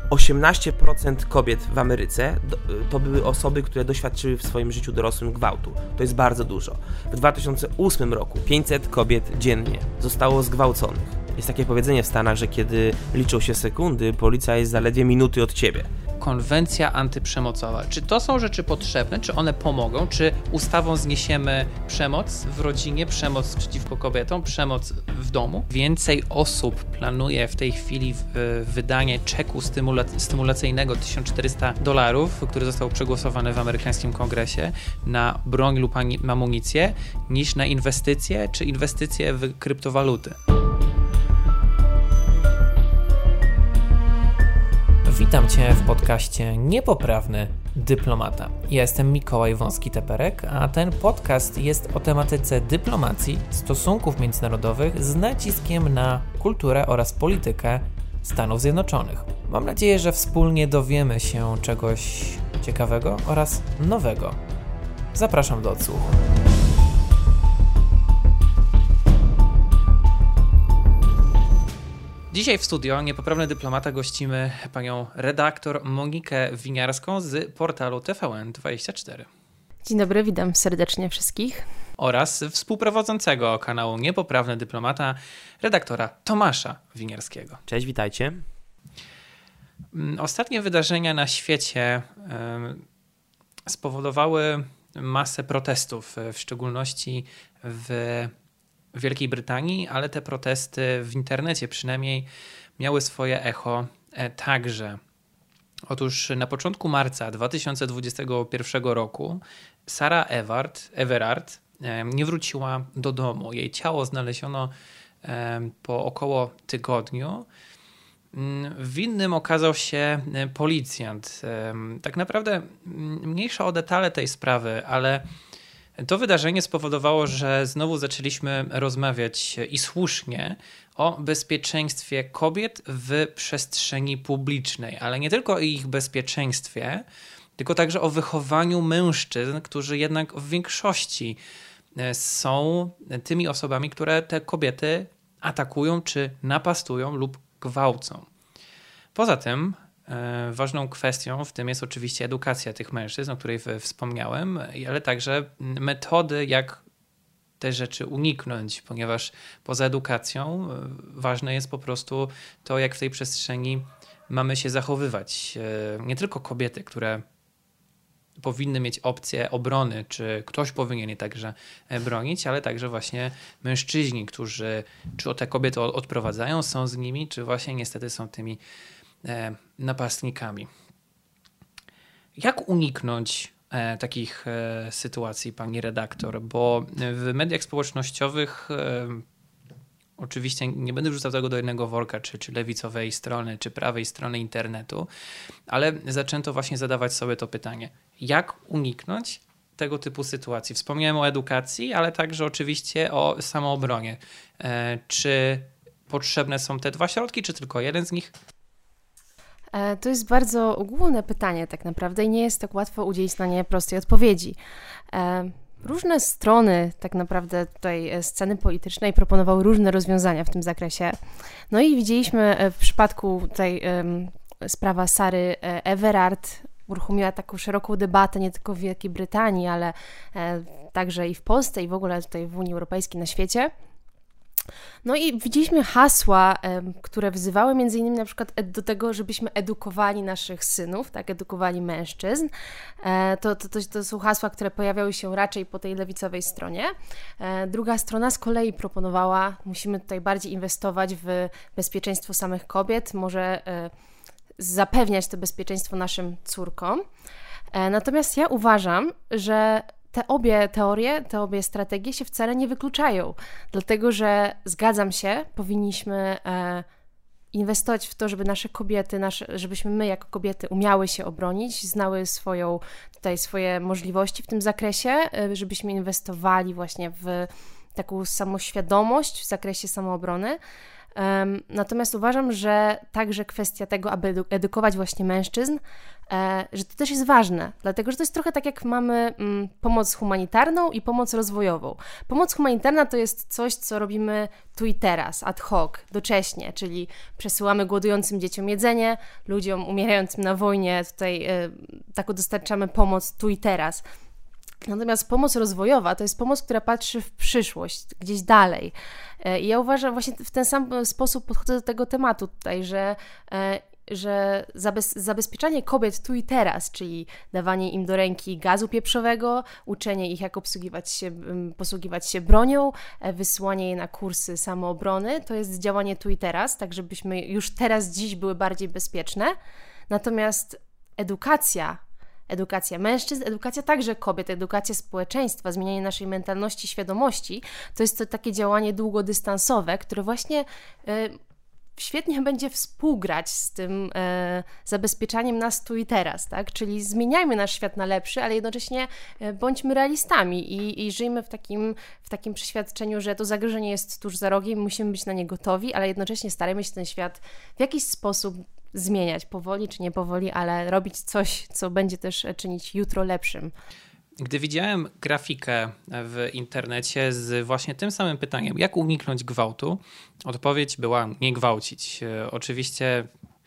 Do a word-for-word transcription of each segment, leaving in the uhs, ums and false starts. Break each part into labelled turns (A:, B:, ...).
A: osiemnaście procent kobiet w Ameryce to były osoby, które doświadczyły w swoim życiu dorosłym gwałtu. To jest bardzo dużo. W dwa tysiące ósmym roku pięćset kobiet dziennie zostało zgwałconych. Jest takie powiedzenie w Stanach, że kiedy liczą się sekundy, policja jest zaledwie minuty od ciebie.
B: Konwencja antyprzemocowa. Czy to są rzeczy potrzebne? Czy one pomogą? Czy ustawą zniesiemy przemoc w rodzinie, przemoc przeciwko kobietom, przemoc w domu? Więcej osób planuje w tej chwili wydanie czeku stymula- stymulacyjnego tysiąc czterysta dolarów, który został przegłosowany w amerykańskim kongresie, na broń lub amunicję, niż na inwestycje czy inwestycje w kryptowaluty. Witam Cię w podcaście Niepoprawny Dyplomata. Ja jestem Mikołaj Wąski-Teperek, a ten podcast jest o tematyce dyplomacji, stosunków międzynarodowych z naciskiem na kulturę oraz politykę Stanów Zjednoczonych. Mam nadzieję, że wspólnie dowiemy się czegoś ciekawego oraz nowego. Zapraszam do odsłuchu. Dzisiaj w studio Niepoprawny Dyplomata gościmy panią redaktor Monikę Winiarską z portalu T V N dwadzieścia cztery.
C: Dzień dobry, witam serdecznie wszystkich.
B: Oraz współprowadzącego kanału Niepoprawny Dyplomata, redaktora Tomasza Winiarskiego.
A: Cześć, witajcie.
B: Ostatnie wydarzenia na świecie spowodowały masę protestów, w szczególności w Wielkiej Brytanii, ale te protesty w internecie przynajmniej miały swoje echo także. Otóż na początku marca dwa tysiące dwudziestego pierwszego roku Sarah Everard, Everard nie wróciła do domu. Jej ciało znaleziono po około tygodniu. Winnym okazał się policjant. Tak naprawdę mniejsza o detale tej sprawy, ale to wydarzenie spowodowało, że znowu zaczęliśmy rozmawiać i słusznie o bezpieczeństwie kobiet w przestrzeni publicznej, ale nie tylko o ich bezpieczeństwie, tylko także o wychowaniu mężczyzn, którzy jednak w większości są tymi osobami, które te kobiety atakują czy napastują lub gwałcą. Poza tym ważną kwestią w tym jest oczywiście edukacja tych mężczyzn, o której wspomniałem, ale także metody, jak te rzeczy uniknąć, ponieważ poza edukacją ważne jest po prostu to, jak w tej przestrzeni mamy się zachowywać. Nie tylko kobiety, które powinny mieć opcję obrony, czy ktoś powinien je także bronić, ale także właśnie mężczyźni, którzy czy te kobiety odprowadzają, są z nimi, czy właśnie niestety są tymi E, napastnikami. Jak uniknąć e, takich e, sytuacji, pani redaktor? Bo w mediach społecznościowych e, oczywiście nie będę wrzucał tego do jednego worka, czy, czy lewicowej strony, czy prawej strony internetu, ale zaczęto właśnie zadawać sobie to pytanie. Jak uniknąć tego typu sytuacji? Wspomniałem o edukacji, ale także oczywiście o samoobronie. E, czy potrzebne są te dwa środki, czy tylko jeden z nich?
C: To jest bardzo ogólne pytanie tak naprawdę i nie jest tak łatwo udzielić na nie prostej odpowiedzi. Różne strony tak naprawdę tutaj sceny politycznej proponowały różne rozwiązania w tym zakresie. No i widzieliśmy w przypadku tutaj sprawa Sary Everard uruchomiła taką szeroką debatę nie tylko w Wielkiej Brytanii, ale także i w Polsce i w ogóle tutaj w Unii Europejskiej, na świecie. No i widzieliśmy hasła, które wzywały między innymi na przykład do tego, żebyśmy edukowali naszych synów, tak, edukowali mężczyzn. To, to, to, to są hasła, które pojawiały się raczej po tej lewicowej stronie. Druga strona z kolei proponowała, musimy tutaj bardziej inwestować w bezpieczeństwo samych kobiet, może zapewniać to bezpieczeństwo naszym córkom. Natomiast ja uważam, że te obie teorie, te obie strategie się wcale nie wykluczają, dlatego że zgadzam się, powinniśmy e, inwestować w to, żeby nasze kobiety, nasze, żebyśmy my jako kobiety umiały się obronić, znały swoją, tutaj swoje możliwości w tym zakresie, e, żebyśmy inwestowali właśnie w taką samoświadomość w zakresie samoobrony. Um, natomiast uważam, że także kwestia tego, aby edu- edukować właśnie mężczyzn, e, że to też jest ważne, dlatego że to jest trochę tak, jak mamy mm, pomoc humanitarną i pomoc rozwojową. Pomoc humanitarna to jest coś, co robimy tu i teraz, ad hoc, docześnie, czyli przesyłamy głodującym dzieciom jedzenie, ludziom umierającym na wojnie, tutaj e, taką dostarczamy pomoc tu i teraz. Natomiast pomoc rozwojowa to jest pomoc, która patrzy w przyszłość, gdzieś dalej. I ja uważam, właśnie w ten sam sposób podchodzę do tego tematu tutaj, że, że zabez, zabezpieczanie kobiet tu i teraz, czyli dawanie im do ręki gazu pieprzowego, uczenie ich, jak obsługiwać się, posługiwać się bronią, wysyłanie je na kursy samoobrony, to jest działanie tu i teraz, tak żebyśmy już teraz, dziś były bardziej bezpieczne. Natomiast edukacja, Edukacja mężczyzn, edukacja także kobiet, edukacja społeczeństwa, zmienianie naszej mentalności, świadomości, to jest to takie działanie długodystansowe, które właśnie y, świetnie będzie współgrać z tym y, zabezpieczaniem nas tu i teraz, tak? Czyli zmieniajmy nasz świat na lepszy, ale jednocześnie y, bądźmy realistami i, i żyjmy w takim, w takim przeświadczeniu, że to zagrożenie jest tuż za rogiem, musimy być na nie gotowi, ale jednocześnie starajmy się ten świat w jakiś sposób zmieniać, powoli czy nie powoli, ale robić coś, co będzie też czynić jutro lepszym.
B: Gdy widziałem grafikę w internecie z właśnie tym samym pytaniem, jak uniknąć gwałtu, odpowiedź była nie gwałcić. Oczywiście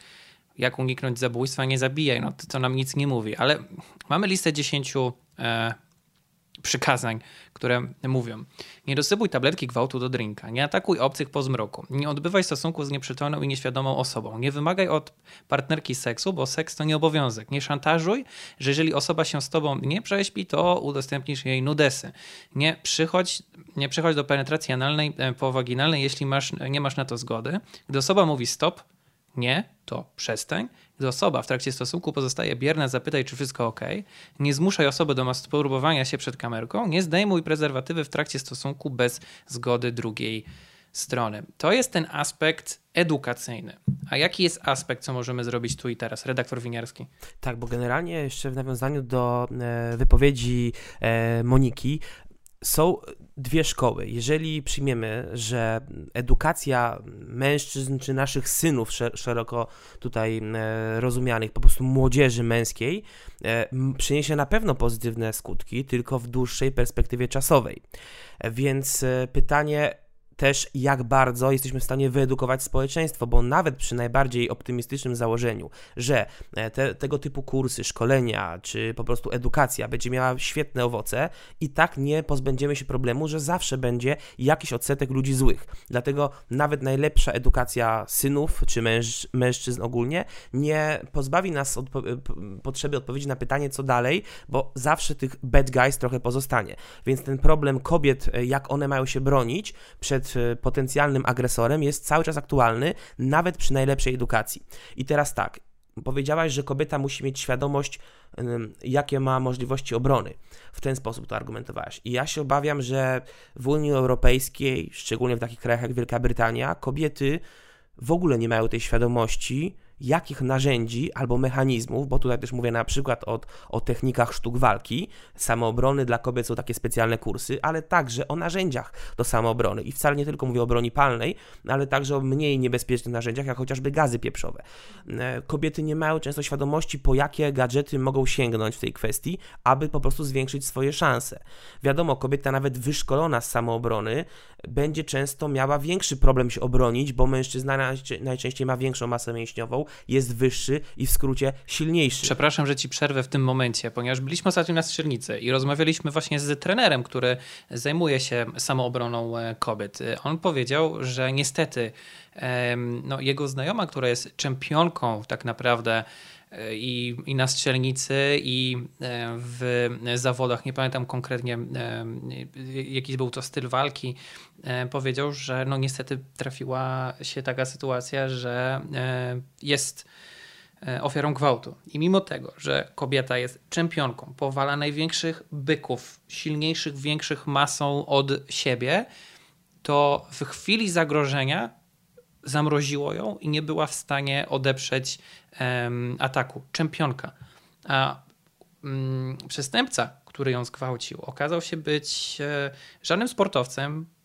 B: jak uniknąć zabójstwa, nie zabijaj, no to, to nam nic nie mówi, ale mamy listę dziesięciu e, przykazań, które mówią: nie dosypuj tabletki gwałtu do drinka, nie atakuj obcych po zmroku, nie odbywaj stosunku z nieprzytomną i nieświadomą osobą, nie wymagaj od partnerki seksu, bo seks to nie obowiązek, nie szantażuj, że jeżeli osoba się z tobą nie prześpi, to udostępnisz jej nudesy, nie przychodź, nie przychodź do penetracji analnej po waginalnej, jeśli masz, nie masz na to zgody. Gdy osoba mówi stop, nie, to przestań. Gdy osoba w trakcie stosunku pozostaje bierna, zapytaj, czy wszystko ok. Nie zmuszaj osoby do masturbowania się przed kamerką. Nie zdejmuj prezerwatywy w trakcie stosunku bez zgody drugiej strony. To jest ten aspekt edukacyjny. A jaki jest aspekt, co możemy zrobić tu i teraz? Redaktor Winiarski.
A: Tak, bo generalnie jeszcze w nawiązaniu do e, wypowiedzi e, Moniki, są dwie szkoły. Jeżeli przyjmiemy, że edukacja mężczyzn czy naszych synów szeroko tutaj rozumianych, po prostu młodzieży męskiej, przyniesie na pewno pozytywne skutki, tylko w dłuższej perspektywie czasowej. Więc pytanie też, jak bardzo jesteśmy w stanie wyedukować społeczeństwo, bo nawet przy najbardziej optymistycznym założeniu, że te, tego typu kursy, szkolenia, czy po prostu edukacja będzie miała świetne owoce, i tak nie pozbędziemy się problemu, że zawsze będzie jakiś odsetek ludzi złych. Dlatego nawet najlepsza edukacja synów, czy męż, mężczyzn ogólnie, nie pozbawi nas od potrzeby odpowiedzi na pytanie, co dalej, bo zawsze tych bad guys trochę pozostanie. Więc ten problem kobiet, jak one mają się bronić przed potencjalnym agresorem, jest cały czas aktualny, nawet przy najlepszej edukacji. I teraz tak, powiedziałaś, że kobieta musi mieć świadomość, jakie ma możliwości obrony. W ten sposób to argumentowałaś. I ja się obawiam, że w Unii Europejskiej, szczególnie w takich krajach jak Wielka Brytania, kobiety w ogóle nie mają tej świadomości, jakich narzędzi albo mechanizmów, bo tutaj też mówię na przykład o, o technikach sztuk walki, samoobrony dla kobiet są takie specjalne kursy, ale także o narzędziach do samoobrony. I wcale nie tylko mówię o broni palnej, ale także o mniej niebezpiecznych narzędziach, jak chociażby gazy pieprzowe. Kobiety nie mają często świadomości, po jakie gadżety mogą sięgnąć w tej kwestii, aby po prostu zwiększyć swoje szanse. Wiadomo, kobieta nawet wyszkolona z samoobrony będzie często miała większy problem się obronić, bo mężczyzna najczęściej ma większą masę mięśniową, jest wyższy i w skrócie silniejszy.
B: Przepraszam, że ci przerwę w tym momencie, ponieważ byliśmy ostatnio na strzelnicy i rozmawialiśmy właśnie z trenerem, który zajmuje się samoobroną kobiet. On powiedział, że niestety no, jego znajoma, która jest czempionką tak naprawdę i, i na strzelnicy, i w zawodach, nie pamiętam konkretnie jaki był to styl walki, powiedział, że no niestety trafiła się taka sytuacja, że jest ofiarą gwałtu. I mimo tego, że kobieta jest czempionką, powala największych byków, silniejszych, większych masą od siebie, to w chwili zagrożenia zamroziło ją i nie była w stanie odeprzeć um, ataku. Czempionka. A um, przestępca, który ją zgwałcił, okazał się być e, żadnym sportowcem,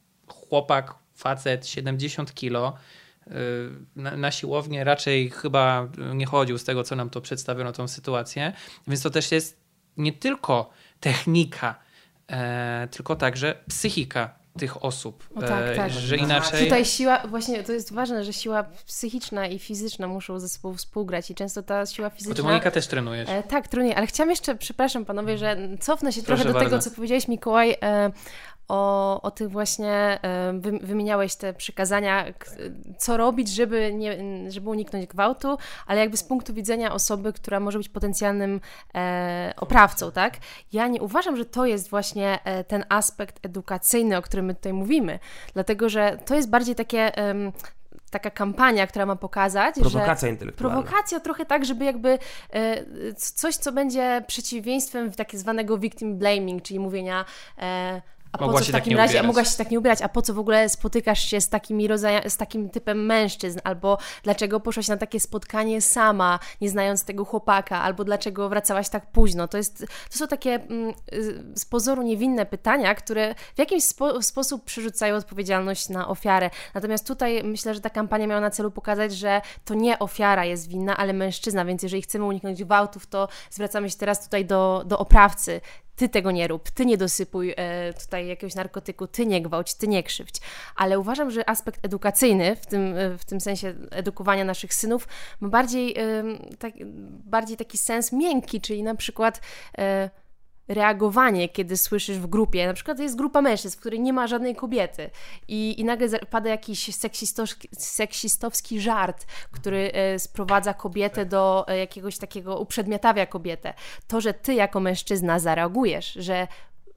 B: chłopak, facet, siedemdziesiąt kilo, Na, na siłownię raczej chyba nie chodził z tego, co nam to przedstawiono, tą sytuację. Więc to też jest nie tylko technika, e, tylko także psychika tych osób.
C: O tak, tak.
B: E, że inaczej...
C: Tutaj siła, właśnie to jest ważne, że siła psychiczna i fizyczna muszą ze sobą współgrać i często ta siła fizyczna...
B: Bo ty, Monika, też trenujesz.
C: E, tak, trenuję, ale chciałam jeszcze, przepraszam panowie, że cofnę się
B: Proszę
C: trochę do
B: bardzo.
C: tego, co powiedziałeś, Mikołaj, e, o, o tych właśnie, wy, wymieniałeś te przykazania, co robić, żeby, nie, żeby uniknąć gwałtu, ale jakby z punktu widzenia osoby, która może być potencjalnym e, oprawcą, tak? Ja nie uważam, że to jest właśnie e, ten aspekt edukacyjny, o którym my tutaj mówimy, dlatego, że to jest bardziej takie... E, taka kampania, która ma pokazać,
A: prowokacja
C: że...
A: intelektualna.
C: Prowokacja trochę tak, żeby jakby e, coś, co będzie przeciwieństwem tak zwanego victim blaming, czyli mówienia e, a po co w takim razie, a mogłaś się tak nie ubierać, a po co w ogóle spotykasz się z takimi rodzaja, z takim typem mężczyzn, albo dlaczego poszłaś na takie spotkanie sama, nie znając tego chłopaka, albo dlaczego wracałaś tak późno. To jest, to są takie mm, z pozoru niewinne pytania, które w jakiś spo, sposób przerzucają odpowiedzialność na ofiarę. Natomiast tutaj myślę, że ta kampania miała na celu pokazać, że to nie ofiara jest winna, ale mężczyzna, więc jeżeli chcemy uniknąć gwałtów, to zwracamy się teraz tutaj do, do oprawcy. Ty tego nie rób, ty nie dosypuj e, tutaj jakiegoś narkotyku, ty nie gwałć, ty nie krzywdź. Ale uważam, że aspekt edukacyjny, w tym, w tym sensie edukowania naszych synów, ma bardziej, e, tak, bardziej taki sens miękki, czyli na przykład e, reagowanie, kiedy słyszysz w grupie, na przykład jest grupa mężczyzn, w której nie ma żadnej kobiety i, i nagle pada jakiś seksistowski, seksistowski żart, który e, sprowadza kobietę do e, jakiegoś takiego uprzedmiotawia kobietę. To, że ty jako mężczyzna zareagujesz, że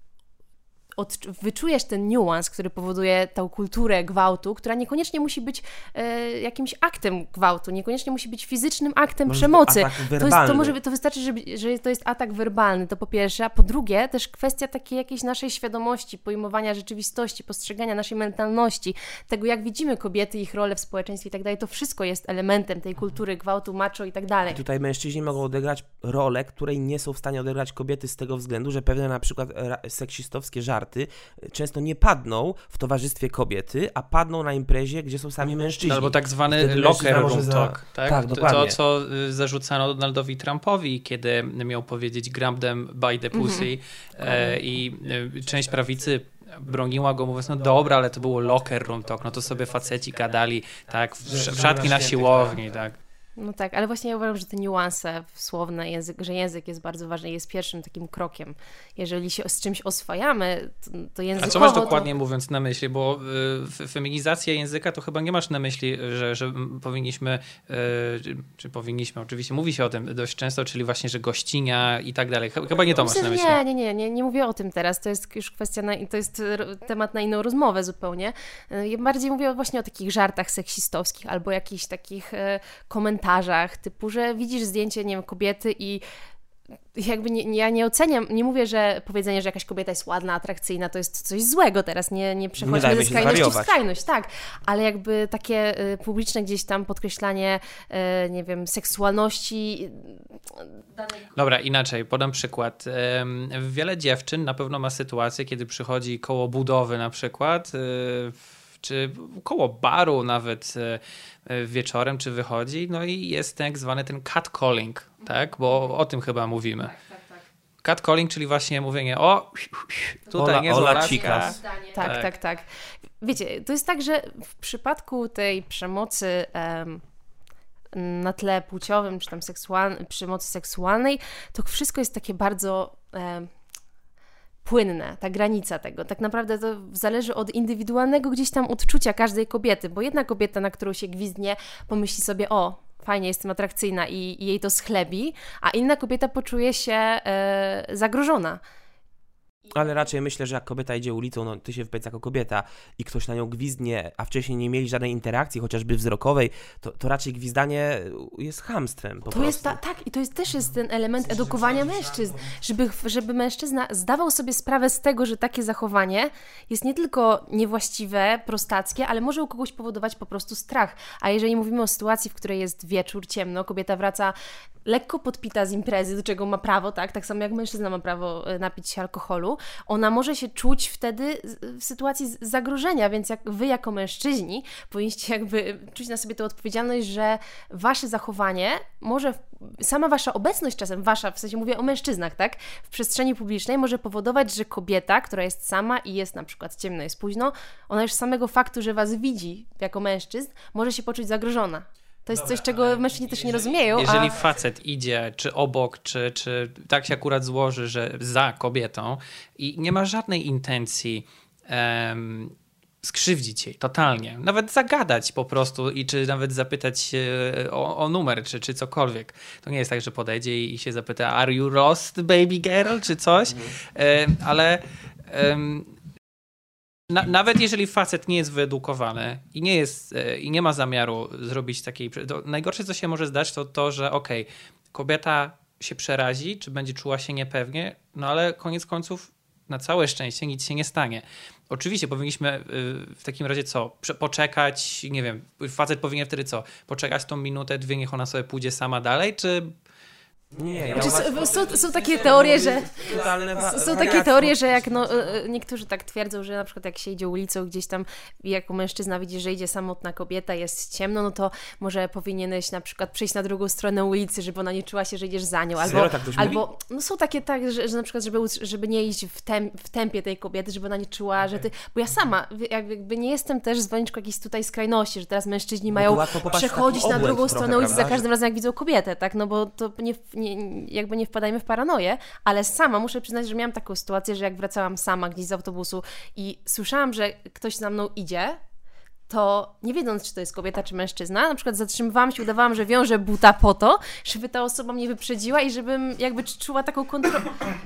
C: Od, wyczujesz ten niuans, który powoduje tą kulturę gwałtu, która niekoniecznie musi być e, jakimś aktem gwałtu, niekoniecznie musi być fizycznym aktem
A: może
C: przemocy.
A: To,
C: to, jest, to, może, to wystarczy, że, że to jest atak werbalny, to po pierwsze, a po drugie też kwestia takiej jakiejś naszej świadomości, pojmowania rzeczywistości, postrzegania naszej mentalności, tego jak widzimy kobiety, ich rolę w społeczeństwie i tak dalej, to wszystko jest elementem tej kultury gwałtu, macho i tak dalej.
A: I tutaj mężczyźni mogą odegrać rolę, której nie są w stanie odegrać kobiety z tego względu, że pewne na przykład seksistowskie żarty często nie padną w towarzystwie kobiety, a padną na imprezie, gdzie są sami mężczyźni.
B: Albo tak zwany locker room za... talk. Tak?
A: Tak, dokładnie.
B: To, co zarzucano Donaldowi Trumpowi, kiedy miał powiedzieć grab them by the pussy mm-hmm. e, i e, część prawicy broniła go, mówiąc, no dobra, ale to było locker room talk, no to sobie faceci gadali, tak, w, w szatni na siłowni, tak.
C: No tak, ale właśnie ja uważam, że te niuanse słowne, język, że język jest bardzo ważny i jest pierwszym takim krokiem. Jeżeli się z czymś oswajamy, to, to językowo...
B: A co masz dokładnie to... mówiąc na myśli? Bo y, feminizacja języka to chyba nie masz na myśli, że, że powinniśmy, y, czy powinniśmy, oczywiście mówi się o tym dość często, czyli właśnie, że gościnia i tak dalej. Chyba nie to
C: Myślę,
B: masz na myśli.
C: Nie, nie, nie, nie, nie mówię o tym teraz. To jest już kwestia, na, to jest temat na inną rozmowę zupełnie. Ja bardziej mówię właśnie o takich żartach seksistowskich albo jakichś takich e, komentarzach typu, że widzisz zdjęcie, nie wiem, kobiety i jakby nie, ja nie oceniam, nie mówię, że powiedzenie, że jakaś kobieta jest ładna, atrakcyjna, to jest coś złego teraz, nie, nie przechodźmy ze skrajności w skrajność, tak, ale jakby takie y, publiczne gdzieś tam podkreślanie, y, nie wiem, seksualności. Danej...
B: Dobra, inaczej, podam przykład. Wiele dziewczyn na pewno ma sytuację, kiedy przychodzi koło budowy na przykład, y, czy koło baru nawet wieczorem, czy wychodzi, no i jest tak zwany ten catcalling, tak? Bo o tym chyba mówimy. Tak, tak, tak. Catcalling, czyli właśnie mówienie o, tutaj
A: ola,
B: nie
A: ola chicas.
C: Tak, tak, tak, tak. Wiecie, to jest tak, że w przypadku tej przemocy um, na tle płciowym, czy tam seksualnej, przemocy seksualnej, to wszystko jest takie bardzo... Um, płynne, ta granica tego. Tak naprawdę to zależy od indywidualnego gdzieś tam odczucia każdej kobiety, bo jedna kobieta, na którą się gwizdnie, pomyśli sobie, o, fajnie, jestem atrakcyjna i, i jej to schlebi, a inna kobieta poczuje się e, zagrożona.
A: Ale raczej myślę, że jak kobieta idzie ulicą, no ty się wypowiedz jako kobieta i ktoś na nią gwizdnie, a wcześniej nie mieli żadnej interakcji, chociażby wzrokowej, to, to raczej gwizdanie jest chamstwem po
C: to
A: prostu.
C: Jest ta, tak, i to jest też jest ten element edukowania mężczyzn, żeby, żeby mężczyzna zdawał sobie sprawę z tego, że takie zachowanie jest nie tylko niewłaściwe, prostackie, ale może u kogoś powodować po prostu strach. A jeżeli mówimy o sytuacji, w której jest wieczór, ciemno, kobieta wraca lekko podpita z imprezy, do czego ma prawo, tak, tak samo jak mężczyzna ma prawo napić się alkoholu, alkoholu, ona może się czuć wtedy w sytuacji zagrożenia, więc jak wy jako mężczyźni powinniście jakby czuć na sobie tę odpowiedzialność, że wasze zachowanie może, sama wasza obecność czasem, wasza, w sensie mówię o mężczyznach, tak, w przestrzeni publicznej może powodować, że kobieta, która jest sama i jest na przykład ciemno, jest późno, ona już z samego faktu, że was widzi jako mężczyzn, może się poczuć zagrożona. To jest
B: Dobra,
C: coś, czego mężczyźni też nie rozumieją.
B: Jeżeli
C: a...
B: facet idzie, czy obok, czy, czy tak się akurat złoży, że za kobietą i nie ma żadnej intencji um, skrzywdzić jej totalnie, nawet zagadać po prostu i czy nawet zapytać o, o numer, czy, czy cokolwiek. To nie jest tak, że podejdzie i się zapyta are you lost, baby girl, czy coś, um, ale... Um, Na, nawet jeżeli facet nie jest wyedukowany i nie, jest, i nie ma zamiaru zrobić takiej... To najgorsze, co się może zdać, to to, że okej, okay, kobieta się przerazi, czy będzie czuła się niepewnie, no ale koniec końców na całe szczęście nic się nie stanie. Oczywiście powinniśmy w takim razie co? Poczekać, nie wiem, facet powinien wtedy co? Poczekać tą minutę, dwie, niech ona sobie pójdzie sama dalej, czy...
A: Nie, ja
C: znaczy, są, są, są takie teorie, że
A: wa-
C: są takie teorie, że jak no, niektórzy tak twierdzą, że na przykład jak się idzie ulicą gdzieś tam i jako mężczyzna widzi, że idzie samotna kobieta, jest ciemno, no to może powinieneś na przykład przejść na drugą stronę ulicy, żeby ona nie czuła się, że idziesz za nią. Albo,
A: Serio, tak ktoś
C: albo
A: mówi?
C: no są takie tak, że, że na przykład żeby, żeby nie iść w, tem, w tempie tej kobiety, żeby ona nie czuła, że ty... Bo ja sama jakby nie jestem też zwolenniczką jakiejś tutaj skrajności, że teraz mężczyźni mają przechodzić na drugą stronę ulicy za każdym razem, jak widzą kobietę, tak? No bo to nie, nie, jakby nie wpadajmy w paranoję, ale sama muszę przyznać, że miałam taką sytuację, że jak wracałam sama gdzieś z autobusu i słyszałam, że ktoś za mną idzie, to nie wiedząc, czy to jest kobieta, czy mężczyzna, na przykład zatrzymywałam się, udawałam, że wiążę buta po to, żeby ta osoba mnie wyprzedziła i żebym jakby czuła taką kontrolę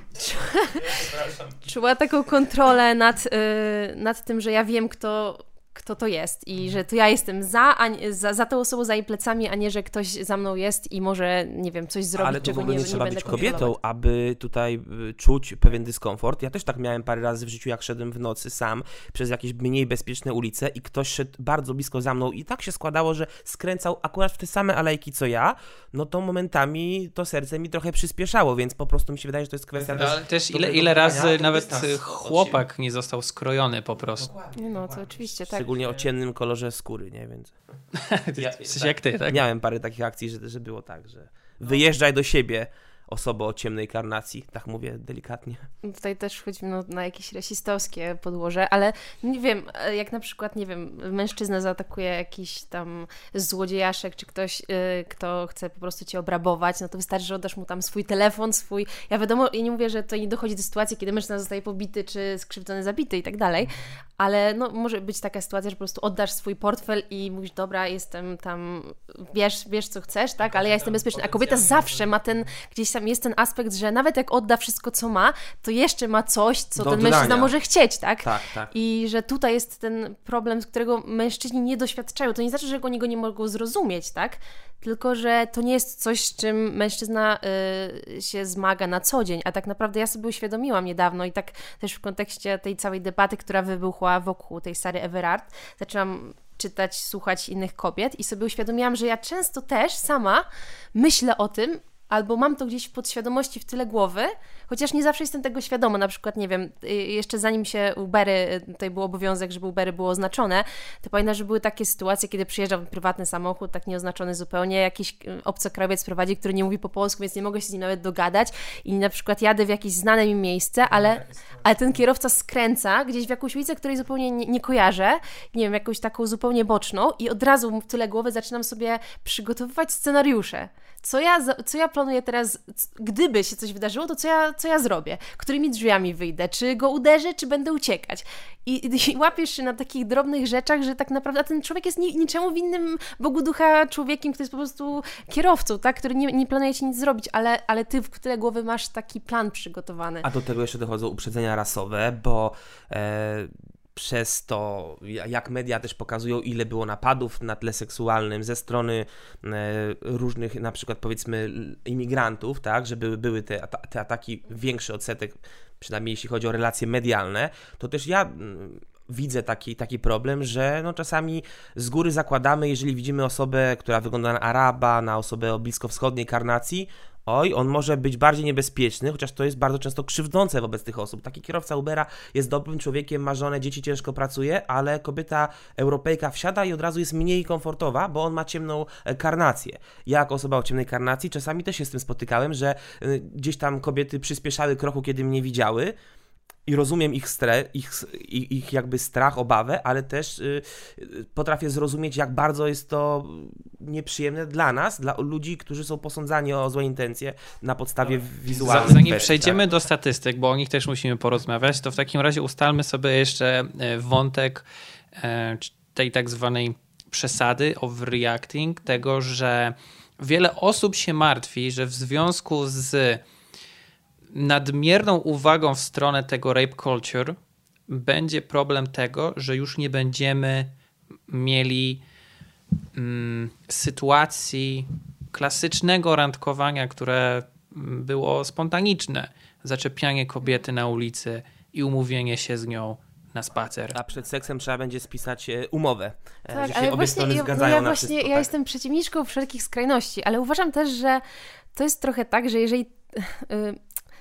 C: czuła taką kontrolę nad, yy, nad tym, że ja wiem, kto kto to jest i że to ja jestem za, a nie, za, za tą osobą, za jej plecami, a nie, że ktoś za mną jest i może, nie wiem, coś zrobić,
A: ale
C: czego
A: w ogóle
C: nie,
A: nie trzeba
C: nie będę
A: być kobietą,
C: kontrolować.
A: aby tutaj y, czuć pewien dyskomfort. Ja też tak miałem parę razy w życiu, jak szedłem w nocy sam przez jakieś mniej bezpieczne ulice i ktoś szedł bardzo blisko za mną i tak się składało, że skręcał akurat w te same alejki, co ja, no to momentami to serce mi trochę przyspieszało, więc po prostu mi się wydaje, że to jest kwestia
B: ale
A: też...
B: też ile, ile razy nawet chłopak nie został skrojony po prostu.
C: No to oczywiście, tak.
A: Szczególnie o ciemnym kolorze skóry, nie? Więc...
B: Ja, w sensie jak ty, tak?
A: Miałem parę takich akcji, że, że było tak, że wyjeżdżaj do siebie, osoba o ciemnej karnacji, tak mówię delikatnie.
C: Tutaj też wchodzimy no, na jakieś rasistowskie podłoże, ale nie wiem, jak na przykład, nie wiem, mężczyzna zaatakuje jakiś tam złodziejaszek, czy ktoś, yy, kto chce po prostu cię obrabować, no to wystarczy, że oddasz mu tam swój telefon, swój... Ja wiadomo, ja nie mówię, że to nie dochodzi do sytuacji, kiedy mężczyzna zostaje pobity, czy skrzywdzony, zabity i tak dalej, ale no może być taka sytuacja, że po prostu oddasz swój portfel i mówisz, dobra, jestem tam, wiesz, wiesz co chcesz, tak, ale ja jestem bezpieczny, a kobieta zawsze ma ten, gdzieś tam jest ten aspekt, że nawet jak odda wszystko, co ma, to jeszcze ma coś, co
A: do
C: ten
A: oddania.
C: mężczyzna może chcieć, tak?
A: Tak, tak.
C: I że tutaj jest ten problem, z którego mężczyźni nie doświadczają. To nie znaczy, że oni go nie mogą zrozumieć, tak? Tylko, że to nie jest coś, z czym mężczyzna y, się zmaga na co dzień, a tak naprawdę ja sobie uświadomiłam niedawno i tak też w kontekście tej całej debaty, która wybuchła wokół tej Sary Everard, zaczęłam czytać, słuchać innych kobiet i sobie uświadomiłam, że ja często też sama myślę o tym, albo mam to gdzieś w podświadomości, w tyle głowy, chociaż nie zawsze jestem tego świadoma. Na przykład, nie wiem, jeszcze zanim się Ubery, tutaj był obowiązek, żeby Ubery było oznaczone, to pamiętam, że były takie sytuacje, kiedy przyjeżdżał prywatny samochód, tak nieoznaczony zupełnie, jakiś obcokrajowiec prowadzi, który nie mówi po polsku, więc nie mogę się z nim nawet dogadać i na przykład jadę w jakieś znane mi miejsce, ale, ale ten kierowca skręca gdzieś w jakąś ulicę, której zupełnie nie, nie kojarzę, nie wiem, jakąś taką zupełnie boczną i od razu w tyle głowy zaczynam sobie przygotowywać scenariusze. Co ja, co ja planuję teraz, gdyby się coś wydarzyło, to co ja, co ja zrobię? Którymi drzwiami wyjdę? Czy go uderzę, czy będę uciekać? I, i łapiesz się na takich drobnych rzeczach, że tak naprawdę ten człowiek jest ni, niczemu winnym Bogu ducha człowiekiem, który jest po prostu kierowcą, tak? Który nie, nie planuje ci nic zrobić, ale, ale ty w tyle głowy masz taki plan przygotowany.
A: A do tego jeszcze dochodzą uprzedzenia rasowe, bo... E... przez to, jak media też pokazują, ile było napadów na tle seksualnym ze strony e, różnych, na przykład powiedzmy imigrantów, tak, że były, były te, te ataki, większy odsetek, przynajmniej jeśli chodzi o relacje medialne, to też ja widzę taki, taki problem, że no czasami z góry zakładamy, jeżeli widzimy osobę, która wygląda na Araba, na osobę o bliskowschodniej karnacji, oj, on może być bardziej niebezpieczny, chociaż to jest bardzo często krzywdzące wobec tych osób. Taki kierowca Ubera jest dobrym człowiekiem, ma żonę, dzieci, ciężko pracuje, ale kobieta Europejka wsiada i od razu jest mniej komfortowa, bo on ma ciemną karnację. Ja jako osoba o ciemnej karnacji czasami też się z tym spotykałem, że gdzieś tam kobiety przyspieszały kroku, kiedy mnie widziały, i rozumiem ich, stre, ich, ich, ich jakby strach, obawę, ale też y, potrafię zrozumieć, jak bardzo jest to nieprzyjemne dla nas, dla ludzi, którzy są posądzani o złe intencje na podstawie wizualnych.
B: Zanim
A: kwestii,
B: przejdziemy
A: tak?
B: do statystyk, bo o nich też musimy porozmawiać, to w takim razie ustalmy sobie jeszcze wątek tej tak zwanej przesady, overreacting, tego, że wiele osób się martwi, że w związku z nadmierną uwagą w stronę tego rape culture będzie problem tego, że już nie będziemy mieli mm, sytuacji klasycznego randkowania, które było spontaniczne. Zaczepianie kobiety na ulicy i umówienie się z nią na spacer.
A: A przed seksem trzeba będzie spisać umowę,
C: tak,
A: że się
C: ale
A: obie
C: właśnie,
A: strony
C: ja,
A: zgadzają
C: no ja
A: na
C: właśnie,
A: wszystko.
C: Ja
A: tak?
C: jestem przeciwniczką wszelkich skrajności, ale uważam też, że to jest trochę tak, że jeżeli yy,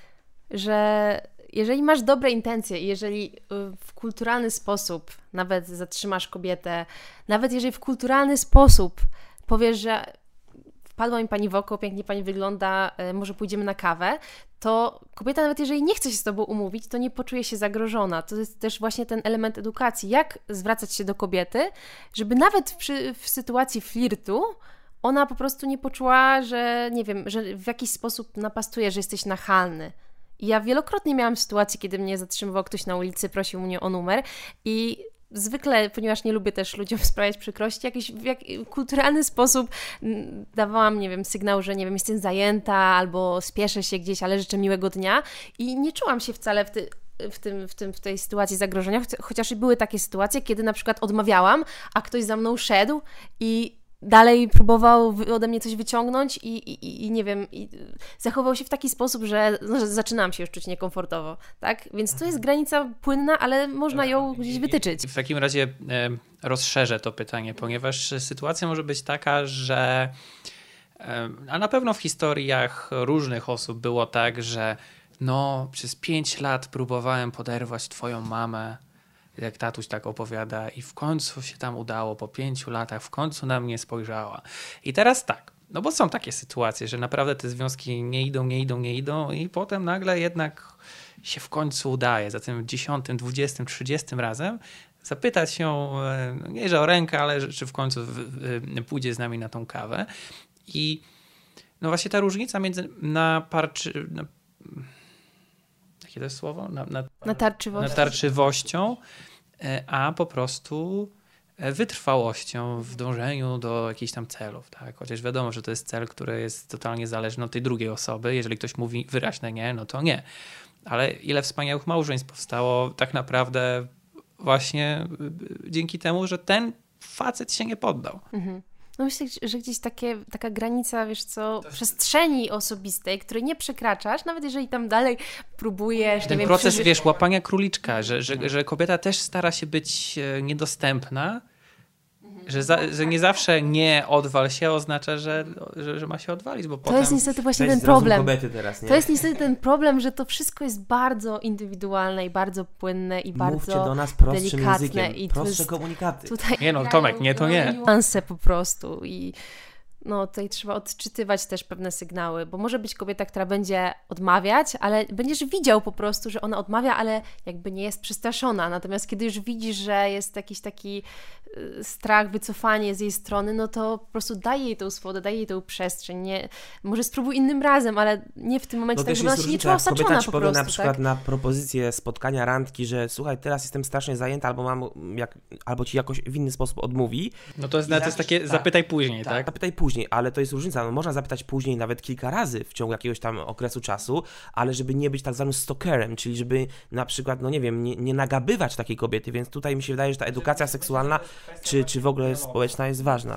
C: że jeżeli masz dobre intencje i jeżeli w kulturalny sposób nawet zatrzymasz kobietę, nawet jeżeli w kulturalny sposób powiesz, że wpadła mi pani w oko, pięknie pani wygląda, może pójdziemy na kawę, to kobieta nawet jeżeli nie chce się z tobą umówić, to nie poczuje się zagrożona. To jest też właśnie ten element edukacji. Jak zwracać się do kobiety, żeby nawet przy, w sytuacji flirtu ona po prostu nie poczuła, że nie wiem, że w jakiś sposób napastuje, że jesteś nachalny. I ja wielokrotnie miałam sytuację, kiedy mnie zatrzymywał ktoś na ulicy, prosił mnie o numer i zwykle, ponieważ nie lubię też ludziom sprawiać przykrości, jakiś w jak, kulturalny sposób dawałam, nie wiem, sygnał, że nie wiem, jestem zajęta albo spieszę się gdzieś, ale życzę miłego dnia i nie czułam się wcale w ty, w, tym, w, tym, w tej sytuacji zagrożenia, chociaż i były takie sytuacje, kiedy na przykład odmawiałam, a ktoś za mną szedł i dalej próbował ode mnie coś wyciągnąć i, i, i nie wiem, i zachował się w taki sposób, że, no, że zaczynam się już czuć niekomfortowo, tak? Więc to jest granica płynna, ale można ją gdzieś wytyczyć.
B: W takim razie e, rozszerzę to pytanie, ponieważ sytuacja może być taka, że e, a na pewno w historiach różnych osób było tak, że no przez pięć lat próbowałem poderwać twoją mamę, jak tatuś tak opowiada i w końcu się tam udało, po pięciu latach w końcu na mnie spojrzała. I teraz tak, no bo są takie sytuacje, że naprawdę te związki nie idą, nie idą, nie idą i potem nagle jednak się w końcu udaje. Za tym dziesiątym, dwudziestym, trzydziestym razem zapytać ją, nie że o rękę, ale czy w końcu pójdzie z nami na tą kawę. I no właśnie ta różnica między naparczy... Na, jakie to jest słowo? Na, na,
C: Natarczywością.
B: Natarczywością, a po prostu wytrwałością w dążeniu do jakichś tam celów. Tak? Chociaż wiadomo, że to jest cel, który jest totalnie zależny od tej drugiej osoby. Jeżeli ktoś mówi wyraźne nie, no to nie. Ale ile wspaniałych małżeństw powstało tak naprawdę właśnie dzięki temu, że ten facet się nie poddał. Mhm.
C: No myślę, że gdzieś takie, taka granica, wiesz co, przestrzeni osobistej, której nie przekraczasz, nawet jeżeli tam dalej próbujesz...
B: Ten
C: nie
B: proces,
C: wiem,
B: wiesz, łapania króliczka, że, że, że kobieta też stara się być niedostępna, że, za, że nie zawsze nie odwal się oznacza, że, że, że ma się odwalić, bo
C: to
B: potem...
C: jest niestety właśnie ten problem.
A: Teraz, nie?
C: To jest niestety ten problem, że to wszystko jest bardzo indywidualne i bardzo płynne i bardzo
A: Mówcie do nas prostszym
C: delikatne.
A: językiem,
C: I
A: prostsze
C: jest,
A: komunikaty.
C: Tutaj
B: nie no, Tomek, nie to nie.
C: Niuanse po prostu i no tutaj trzeba odczytywać też pewne sygnały, bo może być kobieta, która będzie odmawiać, ale będziesz widział po prostu, że ona odmawia, ale jakby nie jest przestraszona. Natomiast kiedy już widzisz, że jest jakiś taki strach, wycofanie z jej strony, no to po prostu daj jej tą swobodę, daj jej tą przestrzeń. Nie, może spróbuj innym razem, ale nie w tym momencie,
A: no
C: tak, żeby ona się nie czuła osaczona
A: kobieta ci
C: po
A: powie
C: prostu.
A: na przykład
C: tak?
A: na propozycję spotkania, randki, że słuchaj, teraz jestem strasznie zajęta, albo mam jak, albo ci jakoś w inny sposób odmówi.
B: No to jest, to jest takie tak, zapytaj później, tak? tak?
A: Zapytaj później, ale to jest różnica. No, można zapytać później nawet kilka razy w ciągu jakiegoś tam okresu czasu, ale żeby nie być tak zwanym stalkerem, czyli żeby na przykład, no nie wiem, nie, nie nagabywać takiej kobiety, więc tutaj mi się wydaje, że ta edukacja seksualna czy, czy w ogóle społeczna jest ważna.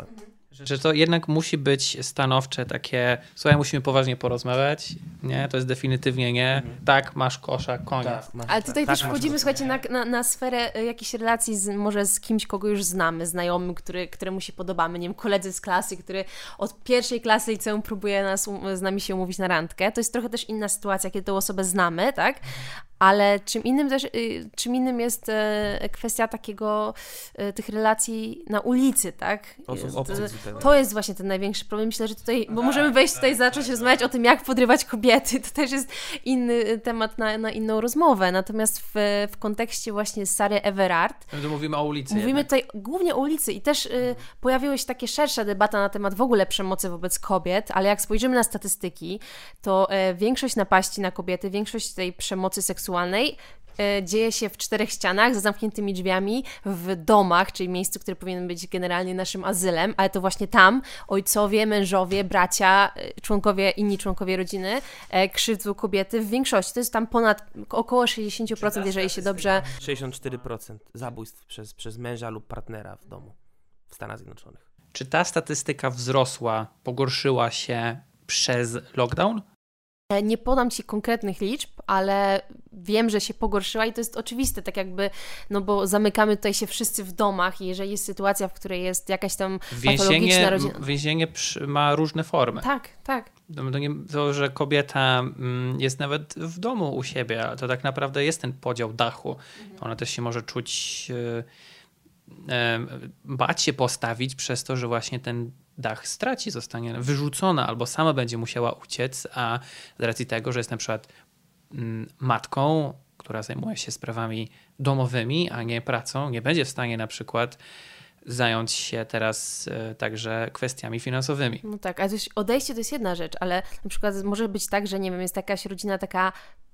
B: Że to jednak musi być stanowcze takie, słuchaj, musimy poważnie porozmawiać, nie, to jest definitywnie nie, mhm. tak, masz kosza, koniec. Tak, masz,
C: ale tutaj
B: tak,
C: też wchodzimy, słuchajcie, na, na, na sferę jakichś relacji z, może z kimś, kogo już znamy, znajomym, który, któremu się podobamy, nie wiem, koledzy z klasy, który od pierwszej klasy liceum próbuje nas, z nami się umówić na randkę. To jest trochę też inna sytuacja, kiedy tę osobę znamy, tak? Ale czym innym też, czym innym jest kwestia takiego, tych relacji na ulicy, tak?
A: To,
C: to jest właśnie ten największy problem. Myślę, że tutaj, bo możemy wejść tutaj i zacząć rozmawiać o tym, jak podrywać kobiety. To też jest inny temat na, na inną rozmowę. Natomiast w, w kontekście właśnie Sary Everard
B: to mówimy o ulicy.
C: Mówimy
B: jednak.
C: tutaj głównie o ulicy i też y, pojawiła się taka szersza debata na temat w ogóle przemocy wobec kobiet, ale jak spojrzymy na statystyki, to y, większość napaści na kobiety, większość tej przemocy seksualnej dzieje się w czterech ścianach, za zamkniętymi drzwiami, w domach, czyli miejscu, które powinien być generalnie naszym azylem, ale to właśnie tam ojcowie, mężowie, bracia, członkowie, inni członkowie rodziny krzywdzą kobiety w większości. To jest tam ponad około sześćdziesiąt procent, jeżeli się dobrze...
A: sześćdziesiąt cztery procent zabójstw przez, przez męża lub partnera w domu w Stanach Zjednoczonych.
B: Czy ta statystyka wzrosła, pogorszyła się przez lockdown?
C: Nie podam Ci konkretnych liczb, ale wiem, że się pogorszyła i to jest oczywiste, tak jakby, no bo zamykamy tutaj się wszyscy w domach i jeżeli jest sytuacja, w której jest jakaś tam patologiczna rodzina...
B: Więzienie ma różne formy.
C: Tak, tak.
B: To, nie, to, że kobieta jest nawet w domu u siebie, to tak naprawdę jest ten podział dachu. Mhm. Ona też się może czuć, bać się postawić przez to, że właśnie ten dach straci, zostanie wyrzucona albo sama będzie musiała uciec, a z racji tego, że jest na przykład matką, która zajmuje się sprawami domowymi, a nie pracą, nie będzie w stanie na przykład zająć się teraz także kwestiami finansowymi.
C: No tak, a też odejście to jest jedna rzecz, ale na przykład może być tak, że nie wiem, jest jakaś rodzina, taka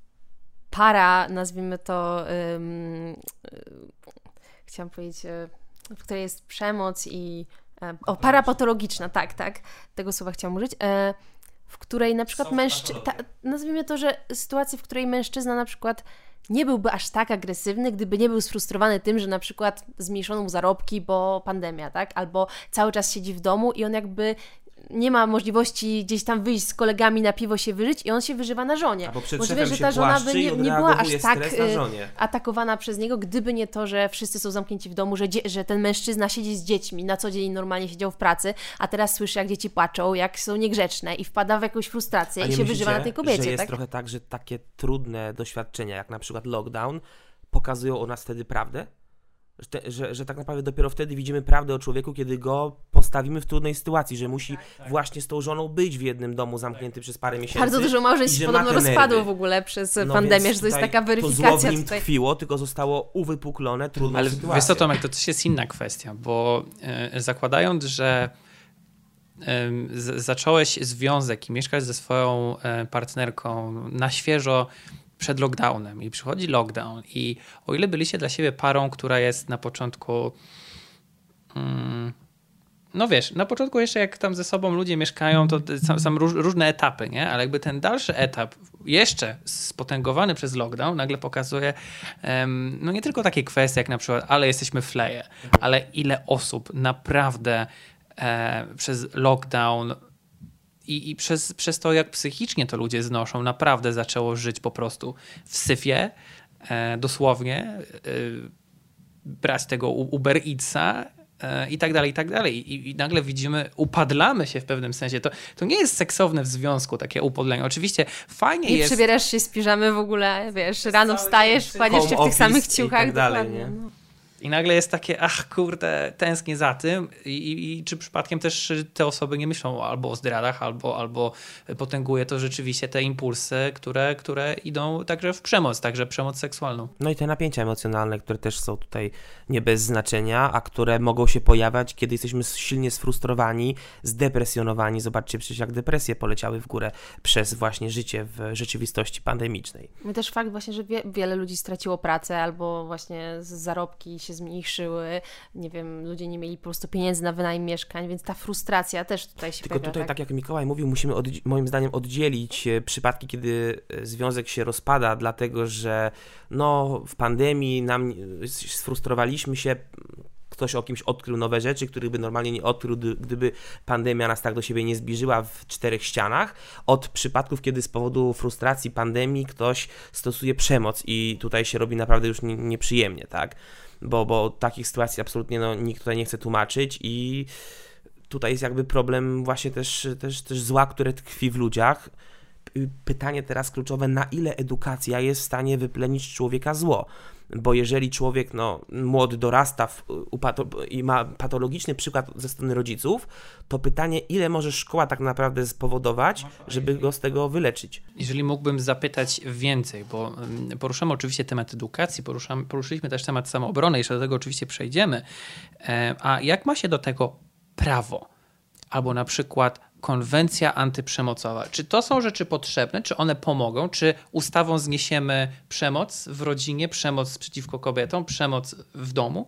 C: para, nazwijmy to, um, chciałam powiedzieć, w której jest przemoc i O, parapatologiczna, tak, tak, tego słowa chciałam użyć, e, w której na przykład mężczyzna, nazwijmy to, że sytuacji, w której mężczyzna na przykład nie byłby aż tak agresywny, gdyby nie był sfrustrowany tym, że na przykład zmniejszono mu zarobki, bo pandemia, tak, albo cały czas siedzi w domu i on jakby nie ma możliwości gdzieś tam wyjść z kolegami na piwo się wyżyć i on się wyżywa na żonie.
A: Możliwe, że ta żona by
C: nie, nie była aż tak atakowana przez niego, gdyby nie to, że wszyscy są zamknięci w domu, że, dzie- że ten mężczyzna siedzi z dziećmi, na co dzień normalnie siedział w pracy, a teraz słyszy, jak dzieci płaczą, jak są niegrzeczne i wpada w jakąś frustrację i się
A: myślicie,
C: wyżywa na tej kobiecie.
A: Że jest
C: tak?
A: trochę tak, że takie trudne doświadczenia, jak na przykład lockdown, pokazują o nas wtedy prawdę? Że, te, że, że tak naprawdę dopiero wtedy widzimy prawdę o człowieku, kiedy go postawimy w trudnej sytuacji, że musi tak, tak. właśnie z tą żoną być w jednym domu zamknięty tak. przez parę miesięcy.
C: Bardzo dużo małżeństw się podobno rozpadło w ogóle przez no pandemię, że to jest taka weryfikacja.
A: To zło w nim
C: tutaj.
A: tkwiło, tylko zostało uwypuklone trudną
B: Ale
A: sytuacją.
B: wiesz co, Tomek, to też jest inna kwestia, bo yy, zakładając, że yy, z, zacząłeś związek i mieszkać ze swoją yy, partnerką na świeżo przed lockdownem i przychodzi lockdown i o ile byliście dla siebie parą, która jest na początku mm, no wiesz, na początku jeszcze jak tam ze sobą ludzie mieszkają, to są, są róż, różne etapy, nie? Ale jakby ten dalszy etap jeszcze spotęgowany przez lockdown nagle pokazuje um, no nie tylko takie kwestie jak na przykład, ale jesteśmy fleje, ale ile osób naprawdę e, przez lockdown I, i przez, przez to, jak psychicznie to ludzie znoszą, naprawdę zaczęło żyć po prostu w syfie, e, dosłownie, e, brać tego Uber Eatsa e, i tak dalej, i tak dalej. I, I nagle widzimy, upadlamy się w pewnym sensie. To, to nie jest seksowne w związku, takie upodlenie. Oczywiście fajnie
C: nie
B: jest...
C: Nie przebierasz się z piżamy w ogóle, wiesz, rano wstajesz, kładziesz się w tych samych ciuchach.
A: I tak dalej, nie?
C: No.
B: I nagle jest takie, ach kurde, tęsknię za tym I, i, i czy przypadkiem też te osoby nie myślą albo o zdradach, albo, albo potęguje to rzeczywiście te impulsy, które, które idą także w przemoc, także przemoc seksualną.
A: No i te napięcia emocjonalne, które też są tutaj nie bez znaczenia, a które mogą się pojawiać, kiedy jesteśmy silnie sfrustrowani, zdepresjonowani. Zobaczcie przecież jak depresje poleciały w górę przez właśnie życie w rzeczywistości pandemicznej.
C: My też fakt właśnie, że wie, wiele ludzi straciło pracę albo właśnie zarobki się zmniejszyły, nie wiem, ludzie nie mieli po prostu pieniędzy na wynajem mieszkań, więc ta frustracja też tutaj się
A: Tylko
C: pojawia.
A: tutaj,
C: tak?
A: tak jak Mikołaj mówił, musimy oddzie- moim zdaniem oddzielić przypadki, kiedy związek się rozpada, dlatego że no w pandemii nam sfrustrowaliśmy się, ktoś o kimś odkrył nowe rzeczy, których by normalnie nie odkrył, gdyby pandemia nas tak do siebie nie zbliżyła w czterech ścianach, od przypadków, kiedy z powodu frustracji pandemii ktoś stosuje przemoc i tutaj się robi naprawdę już nie, nieprzyjemnie, tak? Bo, bo takich sytuacji absolutnie no, nikt tutaj nie chce tłumaczyć i tutaj jest jakby problem właśnie też, też, też zła, które tkwi w ludziach. Pytanie teraz kluczowe, na ile edukacja jest w stanie wyplenić człowieka zło? Bo jeżeli człowiek no, młody dorasta w, upato- i ma patologiczny przykład ze strony rodziców, to pytanie, ile może szkoła tak naprawdę spowodować, żeby go z tego wyleczyć?
B: Jeżeli mógłbym zapytać więcej, bo poruszamy oczywiście temat edukacji, poruszamy, poruszyliśmy też temat samoobrony, jeszcze do tego oczywiście przejdziemy, a jak ma się do tego prawo? Albo na przykład konwencja antyprzemocowa. Czy to są rzeczy potrzebne? Czy one pomogą? Czy ustawą zniesiemy przemoc w rodzinie, przemoc przeciwko kobietom, przemoc w domu?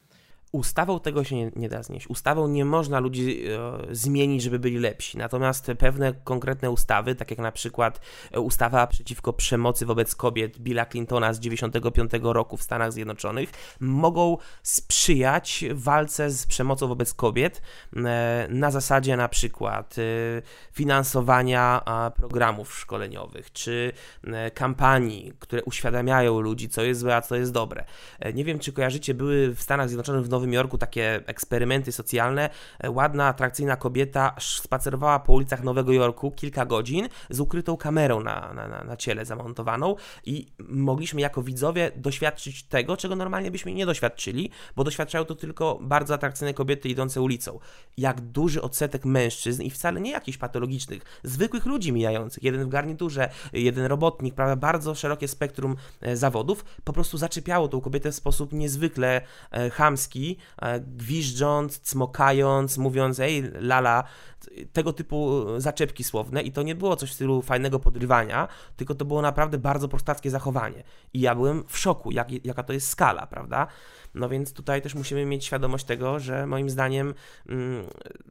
A: Ustawą tego się nie, nie da znieść. Ustawą nie można ludzi e, zmienić, żeby byli lepsi. Natomiast pewne konkretne ustawy, tak jak na przykład ustawa przeciwko przemocy wobec kobiet Billa Clintona z dziewięćdziesiątego piątego roku w Stanach Zjednoczonych, mogą sprzyjać walce z przemocą wobec kobiet e, na zasadzie na przykład e, finansowania a, programów szkoleniowych, czy e, kampanii, które uświadamiają ludzi, co jest złe, a co jest dobre. E, nie wiem, czy kojarzycie, były w Stanach Zjednoczonych w Nowym Jorku takie eksperymenty socjalne. Ładna, atrakcyjna kobieta spacerowała po ulicach Nowego Jorku kilka godzin z ukrytą kamerą na, na, na ciele zamontowaną i mogliśmy jako widzowie doświadczyć tego, czego normalnie byśmy nie doświadczyli, bo doświadczają to tylko bardzo atrakcyjne kobiety idące ulicą. Jak duży odsetek mężczyzn i wcale nie jakichś patologicznych, zwykłych ludzi mijających, jeden w garniturze, jeden robotnik, prawda, bardzo szerokie spektrum zawodów, po prostu zaczepiało tą kobietę w sposób niezwykle chamski, gwiżdżąc, cmokając, mówiąc ej, lala, tego typu zaczepki słowne i to nie było coś w stylu fajnego podrywania, tylko to było naprawdę bardzo prostackie zachowanie i ja byłem w szoku, jak, jaka to jest skala, prawda? No więc tutaj też musimy mieć świadomość tego, że moim zdaniem mm,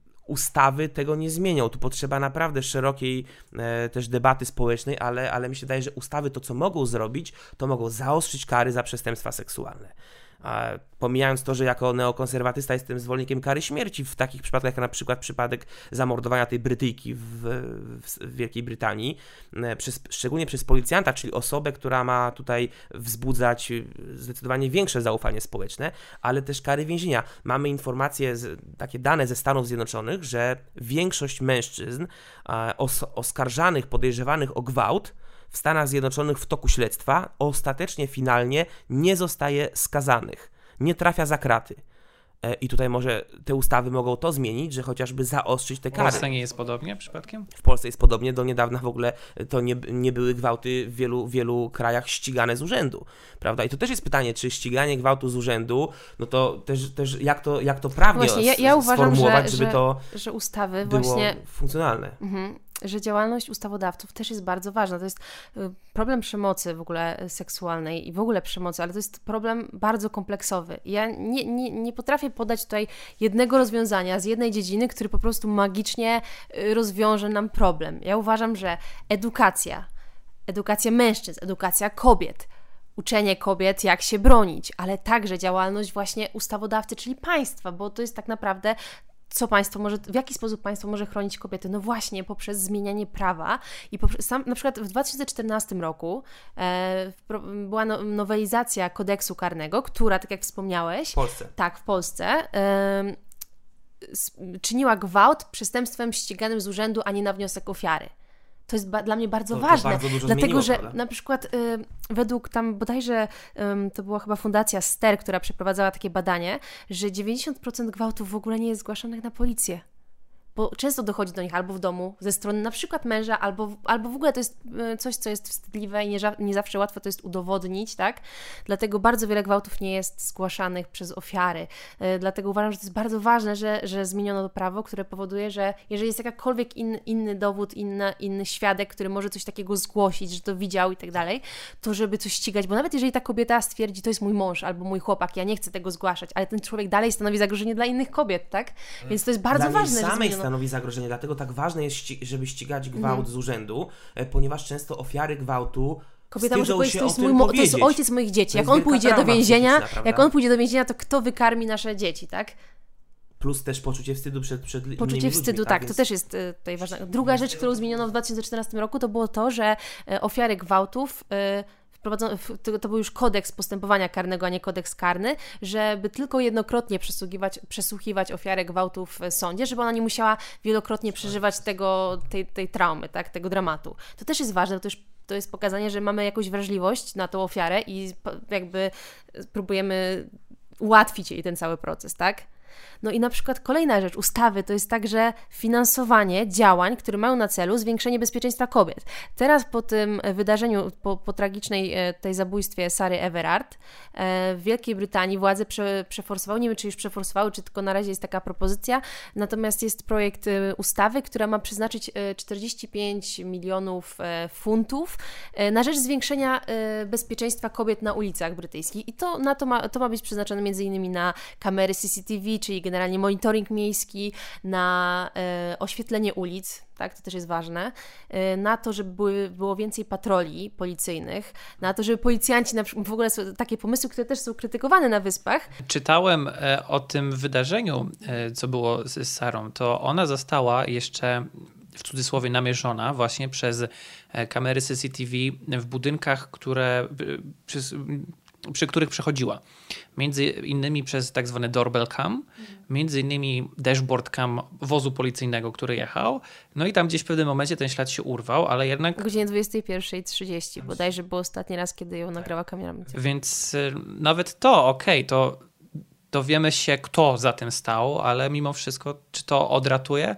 A: ustawy tego nie zmienią. Tu potrzeba naprawdę szerokiej e, też debaty społecznej, ale, ale mi się wydaje, że ustawy to, co mogą zrobić, to mogą zaostrzyć kary za przestępstwa seksualne. A pomijając to, że jako neokonserwatysta jestem zwolennikiem kary śmierci w takich przypadkach, jak na przykład przypadek zamordowania tej Brytyjki w, w, w Wielkiej Brytanii, przez, szczególnie przez policjanta, czyli osobę, która ma tutaj wzbudzać zdecydowanie większe zaufanie społeczne, ale też kary więzienia. Mamy informacje, z, takie dane ze Stanów Zjednoczonych, że większość mężczyzn os, oskarżanych, podejrzewanych o gwałt w Stanach Zjednoczonych w toku śledztwa ostatecznie, finalnie nie zostaje skazanych, nie trafia za kraty. I tutaj może te ustawy mogą to zmienić, że chociażby zaostrzyć te kary.
B: W Polsce nie jest podobnie przypadkiem?
A: W Polsce jest podobnie, do niedawna w ogóle to nie, nie były gwałty w wielu, wielu krajach ścigane z urzędu, prawda? I to też jest pytanie, czy ściganie gwałtu z urzędu, no to też, też jak, to, jak to prawnie
C: właśnie, ja, ja uważam,
A: sformułować,
C: że,
A: żeby to
C: że ustawy
A: było
C: właśnie
A: funkcjonalne.
C: Mhm. Że działalność ustawodawców też jest bardzo ważna. To jest problem przemocy w ogóle seksualnej i w ogóle przemocy, ale to jest problem bardzo kompleksowy. Ja nie, nie, nie potrafię podać tutaj jednego rozwiązania z jednej dziedziny, który po prostu magicznie rozwiąże nam problem. Ja uważam, że edukacja, edukacja mężczyzn, edukacja kobiet, uczenie kobiet, jak się bronić, ale także działalność właśnie ustawodawcy, czyli państwa, bo to jest tak naprawdę co państwo może, w jaki sposób państwo może chronić kobiety? No właśnie poprzez zmienianie prawa i poprzez, sam, na przykład w dwa tysiące czternastym roku e, była no, nowelizacja kodeksu karnego, która, tak jak wspomniałeś,
A: w Polsce,
C: tak, w Polsce e, czyniła gwałt przestępstwem ściganym z urzędu, a nie na wniosek ofiary. To jest ba- dla mnie bardzo
A: to,
C: ważne,
A: to bardzo dużo
C: dlatego
A: zmieniło,
C: że
A: prawda?
C: na przykład y, według tam bodajże y, to była chyba fundacja Ster, która przeprowadzała takie badanie, że dziewięćdziesiąt procent gwałtów w ogóle nie jest zgłaszanych na policję. Bo często dochodzi do nich albo w domu, ze strony na przykład męża, albo, albo w ogóle to jest coś, co jest wstydliwe i nie, nie zawsze łatwo to jest udowodnić, tak? Dlatego bardzo wiele gwałtów nie jest zgłaszanych przez ofiary. Dlatego uważam, że to jest bardzo ważne, że, że zmieniono to prawo, które powoduje, że jeżeli jest jakakolwiek in, inny dowód, inna, inny świadek, który może coś takiego zgłosić, że to widział i tak dalej, to żeby coś ścigać, bo nawet jeżeli ta kobieta stwierdzi, to jest mój mąż albo mój chłopak, ja nie chcę tego zgłaszać, ale ten człowiek dalej stanowi zagrożenie dla innych kobiet, tak? Więc to jest bardzo
A: dla
C: ważne, że zmieniono.
A: Stanowi zagrożenie, dlatego tak ważne jest, żeby ścigać gwałt mm. z urzędu, ponieważ często ofiary gwałtu
C: Kobieta może
A: Wstydzą
C: powiedzieć,
A: się
C: to jest,
A: o
C: mój,
A: tym
C: mo- to jest
A: powiedzieć.
C: ojciec moich dzieci.
A: To
C: Jak
A: jest
C: on
A: wielka
C: pójdzie do
A: trauma
C: więzienia,
A: psychiczna, prawda?
C: jak on pójdzie do więzienia, to kto wykarmi nasze dzieci, tak?
A: Plus też poczucie wstydu przed, przed innymi
C: Poczucie
A: ludźmi,
C: wstydu,
A: tak,
C: tak,
A: więc...
C: to też jest y, tutaj ważne. Druga rzecz, którą zmieniono w dwa tysiące czternastym roku, to było to, że y, ofiary gwałtów y, wprowadzono, w, to, to był już kodeks postępowania karnego, a nie kodeks karny, żeby tylko jednokrotnie przesłuchiwać, przesłuchiwać ofiarę gwałtów w sądzie, żeby ona nie musiała wielokrotnie przeżywać tego, tej, tej traumy, tak, tego dramatu. To też jest ważne, to już to jest pokazanie, że mamy jakąś wrażliwość na tą ofiarę i jakby próbujemy ułatwić jej ten cały proces, tak? No i na przykład kolejna rzecz, ustawy, to jest także finansowanie działań, które mają na celu zwiększenie bezpieczeństwa kobiet. Teraz po tym wydarzeniu, po, po tragicznej tej zabójstwie Sary Everard w Wielkiej Brytanii władze prze, przeforsowały, nie wiem czy już przeforsowały, czy tylko na razie jest taka propozycja, natomiast jest projekt ustawy, która ma przeznaczyć czterdzieści pięć milionów funtów na rzecz zwiększenia bezpieczeństwa kobiet na ulicach brytyjskich i to, na to, ma, to ma być przeznaczone między innymi na kamery C C T V, czyli generalnie monitoring miejski, na e, oświetlenie ulic, tak, to też jest ważne, e, na to, żeby były, było więcej patroli policyjnych, na to, żeby policjanci, na przykład, w ogóle są takie pomysły, które też są krytykowane na Wyspach.
B: Czytałem e, o tym wydarzeniu, e, co było z, z Sarą, to ona została jeszcze w cudzysłowie namierzona właśnie przez e, kamery C C T V w budynkach, które przy, przy których przechodziła. Między innymi przez tak zwany doorbell cam, mhm. między innymi dashboard cam wozu policyjnego, który jechał. No i tam gdzieś w pewnym momencie ten ślad się urwał, ale jednak...
C: O godzinie dwudziestej pierwszej trzydzieści, bodajże był ostatni raz, kiedy ją nagrała kamerami.
B: Więc y, nawet to, okej, okay, to dowiemy się, kto za tym stał, ale mimo wszystko, czy to odratuje?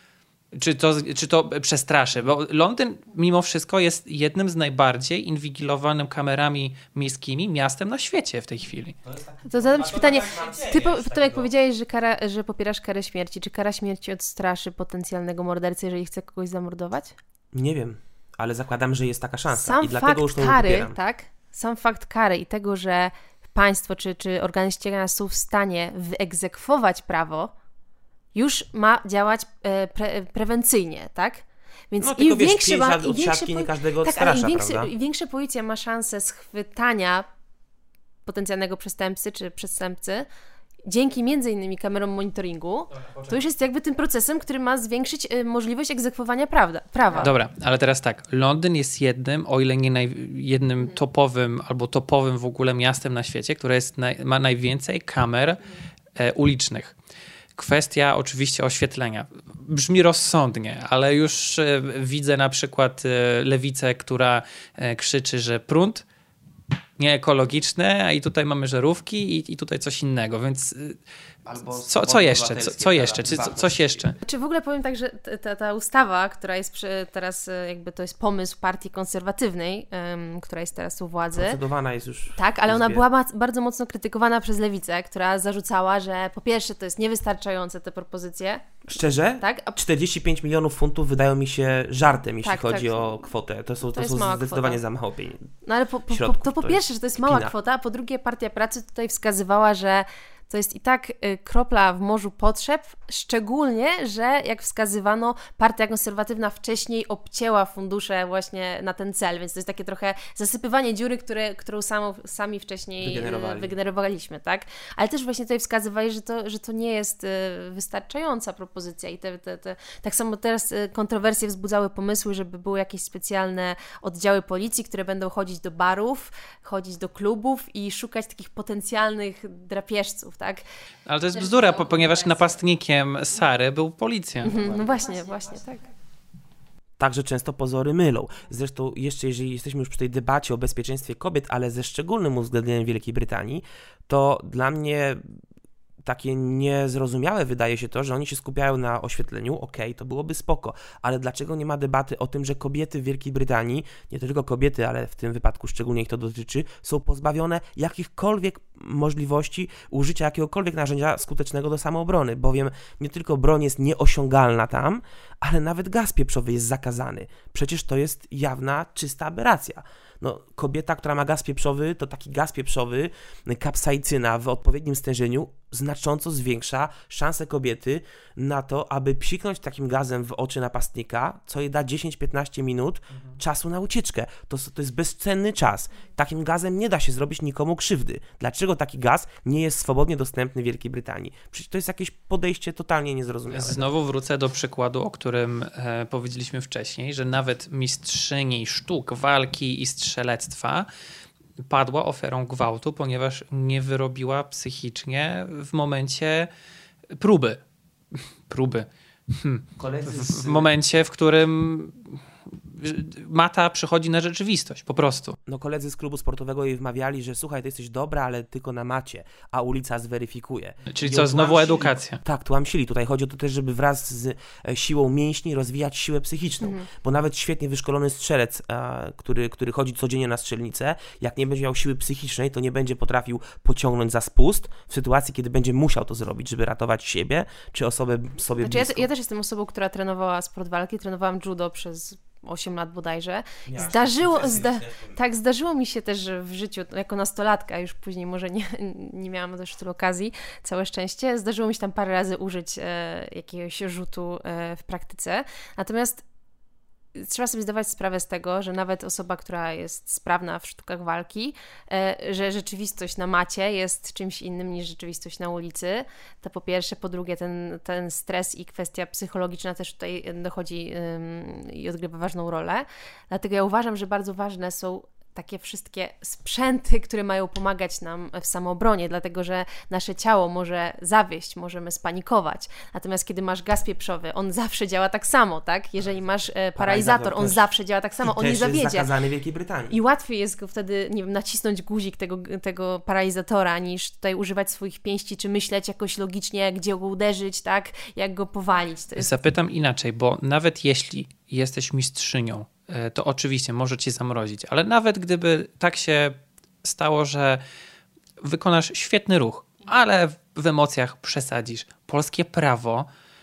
B: Czy to, czy to przestraszy? Bo Londyn mimo wszystko jest jednym z najbardziej inwigilowanym kamerami miejskimi miastem na świecie w tej chwili.
C: To zadam Ci pytanie, ty po, to jak powiedziałeś, że, kara, że popierasz karę śmierci, czy kara śmierci odstraszy potencjalnego mordercę, jeżeli chce kogoś zamordować?
A: Nie wiem, ale zakładam, że jest taka szansa
C: Sam
A: i dlatego już to
C: kary,
A: popieram. Tak?
C: Sam fakt kary i tego, że państwo czy, czy organy ścigania są w stanie wyegzekwować prawo, już ma działać e, pre, prewencyjnie, tak? Więc
A: no, tylko
C: im
A: wiesz,
C: większy ma,
A: im większy nie każdego
C: tak,
A: odstrasza,
C: ale im, większy,
A: prawda?
C: im większa policja ma szansę schwytania potencjalnego przestępcy czy przestępcy, dzięki między innymi kamerom monitoringu, to już jest jakby tym procesem, który ma zwiększyć y, możliwość egzekwowania prawda, prawa.
B: Dobra, ale teraz tak, Londyn jest jednym, o ile nie naj, jednym mhm. topowym albo topowym w ogóle miastem na świecie, które jest naj, ma najwięcej kamer mhm. e, ulicznych. Kwestia oczywiście oświetlenia. Brzmi rozsądnie, ale już e, widzę na przykład e, lewicę, która e, krzyczy, że prąd nieekologiczny, a i tutaj mamy żarówki i, i tutaj coś innego, więc
A: Albo
B: co, co jeszcze? Co, co jeszcze? Czy co, coś jeszcze?
C: Czy w ogóle powiem tak, że ta, ta ustawa, która jest przy, teraz jakby to jest pomysł partii konserwatywnej, um, która jest teraz u władzy.
A: Procedowana jest już.
C: Tak, ale ona była bardzo mocno krytykowana przez lewicę, która zarzucała, że po pierwsze to jest niewystarczające te propozycje.
A: Szczerze?
C: Tak? A...
A: czterdzieści pięć milionów funtów wydają mi się żartem, jeśli
C: tak,
A: chodzi
C: tak.
A: o kwotę. To są, to
C: to
A: są zdecydowanie
C: kwota.
A: za mało pieniędzy.
C: No ale po, po, po, to po pierwsze, że to jest mała kwota, a po drugie Partia Pracy tutaj wskazywała, że to jest i tak y, kropla w morzu potrzeb, szczególnie, że jak wskazywano, partia konserwatywna wcześniej obcięła fundusze właśnie na ten cel, więc to jest takie trochę zasypywanie dziury, które, którą samo, sami wcześniej
A: Wygenerowali.
C: y, wygenerowaliśmy, tak? Ale też właśnie tutaj wskazywali, że to, że to nie jest y, wystarczająca propozycja i te, te, te, tak samo teraz y, kontrowersje wzbudzały pomysły, żeby były jakieś specjalne oddziały policji, które będą chodzić do barów, chodzić do klubów i szukać takich potencjalnych drapieżców, tak?
B: Ale to jest bzdura, ponieważ napastnikiem Sary był policjant.
C: Mhm, no właśnie, właśnie, tak.
A: Także często pozory mylą. Zresztą jeszcze jeżeli jesteśmy już przy tej debacie o bezpieczeństwie kobiet, ale ze szczególnym uwzględnieniem Wielkiej Brytanii, to dla mnie takie niezrozumiałe wydaje się to, że oni się skupiają na oświetleniu, okej, okay, to byłoby spoko, ale dlaczego nie ma debaty o tym, że kobiety w Wielkiej Brytanii, nie tylko kobiety, ale w tym wypadku szczególnie ich to dotyczy, są pozbawione jakichkolwiek możliwości użycia jakiegokolwiek narzędzia skutecznego do samoobrony, bowiem nie tylko broń jest nieosiągalna tam, ale nawet gaz pieprzowy jest zakazany. Przecież to jest jawna, czysta aberracja. No, kobieta, która ma gaz pieprzowy, to taki gaz pieprzowy, kapsaicyna w odpowiednim stężeniu znacząco zwiększa szanse kobiety na to, aby psiknąć takim gazem w oczy napastnika, co jej da dziesięć do piętnastu minut mhm. czasu na ucieczkę. To, to jest bezcenny czas. Takim gazem nie da się zrobić nikomu krzywdy. Dlaczego taki gaz nie jest swobodnie dostępny w Wielkiej Brytanii? Przecież to jest jakieś podejście totalnie niezrozumiałe.
B: Znowu wrócę do przykładu, o którym e, powiedzieliśmy wcześniej, że nawet mistrzyni sztuk walki i strzelectwa padła ofiarą gwałtu, ponieważ nie wyrobiła psychicznie w momencie próby. Próby. Hm. W, w momencie, w którym mata przychodzi na rzeczywistość, po prostu.
A: No koledzy z klubu sportowego jej wmawiali, że słuchaj, ty jesteś dobra, ale tylko na macie, a ulica zweryfikuje.
B: Czyli I co, znowu edukacja.
A: Tak, tłamsili. Tutaj chodzi o to też, żeby wraz z siłą mięśni rozwijać siłę psychiczną, mhm. bo nawet świetnie wyszkolony strzelec, a, który, który chodzi codziennie na strzelnicę, jak nie będzie miał siły psychicznej, to nie będzie potrafił pociągnąć za spust w sytuacji, kiedy będzie musiał to zrobić, żeby ratować siebie, czy osobę sobie
C: znaczy,
A: bliską.
C: Ja, ja też jestem osobą, która trenowała sport walki, trenowałam judo przez osiem lat bodajże. Zdarzyło, zda, tak, zdarzyło mi się też w życiu, jako nastolatka, już później może nie, nie miałam też tylu okazji, całe szczęście, zdarzyło mi się tam parę razy użyć e, jakiegoś rzutu e, w praktyce. Natomiast trzeba sobie zdawać sprawę z tego, że nawet osoba, która jest sprawna w sztukach walki, e, że rzeczywistość na macie jest czymś innym niż rzeczywistość na ulicy. To po pierwsze. Po drugie, ten, ten stres i kwestia psychologiczna też tutaj dochodzi ym, i odgrywa ważną rolę. Dlatego ja uważam, że bardzo ważne są takie wszystkie sprzęty, które mają pomagać nam w samoobronie, dlatego że nasze ciało może zawieść, możemy spanikować. Natomiast kiedy masz gaz pieprzowy, on zawsze działa tak samo, tak? Jeżeli masz e, paralizator, on też zawsze działa tak samo,
A: I
C: on
A: też
C: nie zawiedzie.
A: jest zakazany w Wielkiej Brytanii.
C: I łatwiej jest go wtedy, nie wiem, nacisnąć guzik tego, tego paralizatora, niż tutaj używać swoich pięści, czy myśleć jakoś logicznie, gdzie go uderzyć, tak? Jak go powalić. To jest...
B: Zapytam inaczej, bo nawet jeśli jesteś mistrzynią, to oczywiście może cię zamrozić, ale nawet gdyby tak się stało, że wykonasz świetny ruch, ale w emocjach przesadzisz, polskie prawo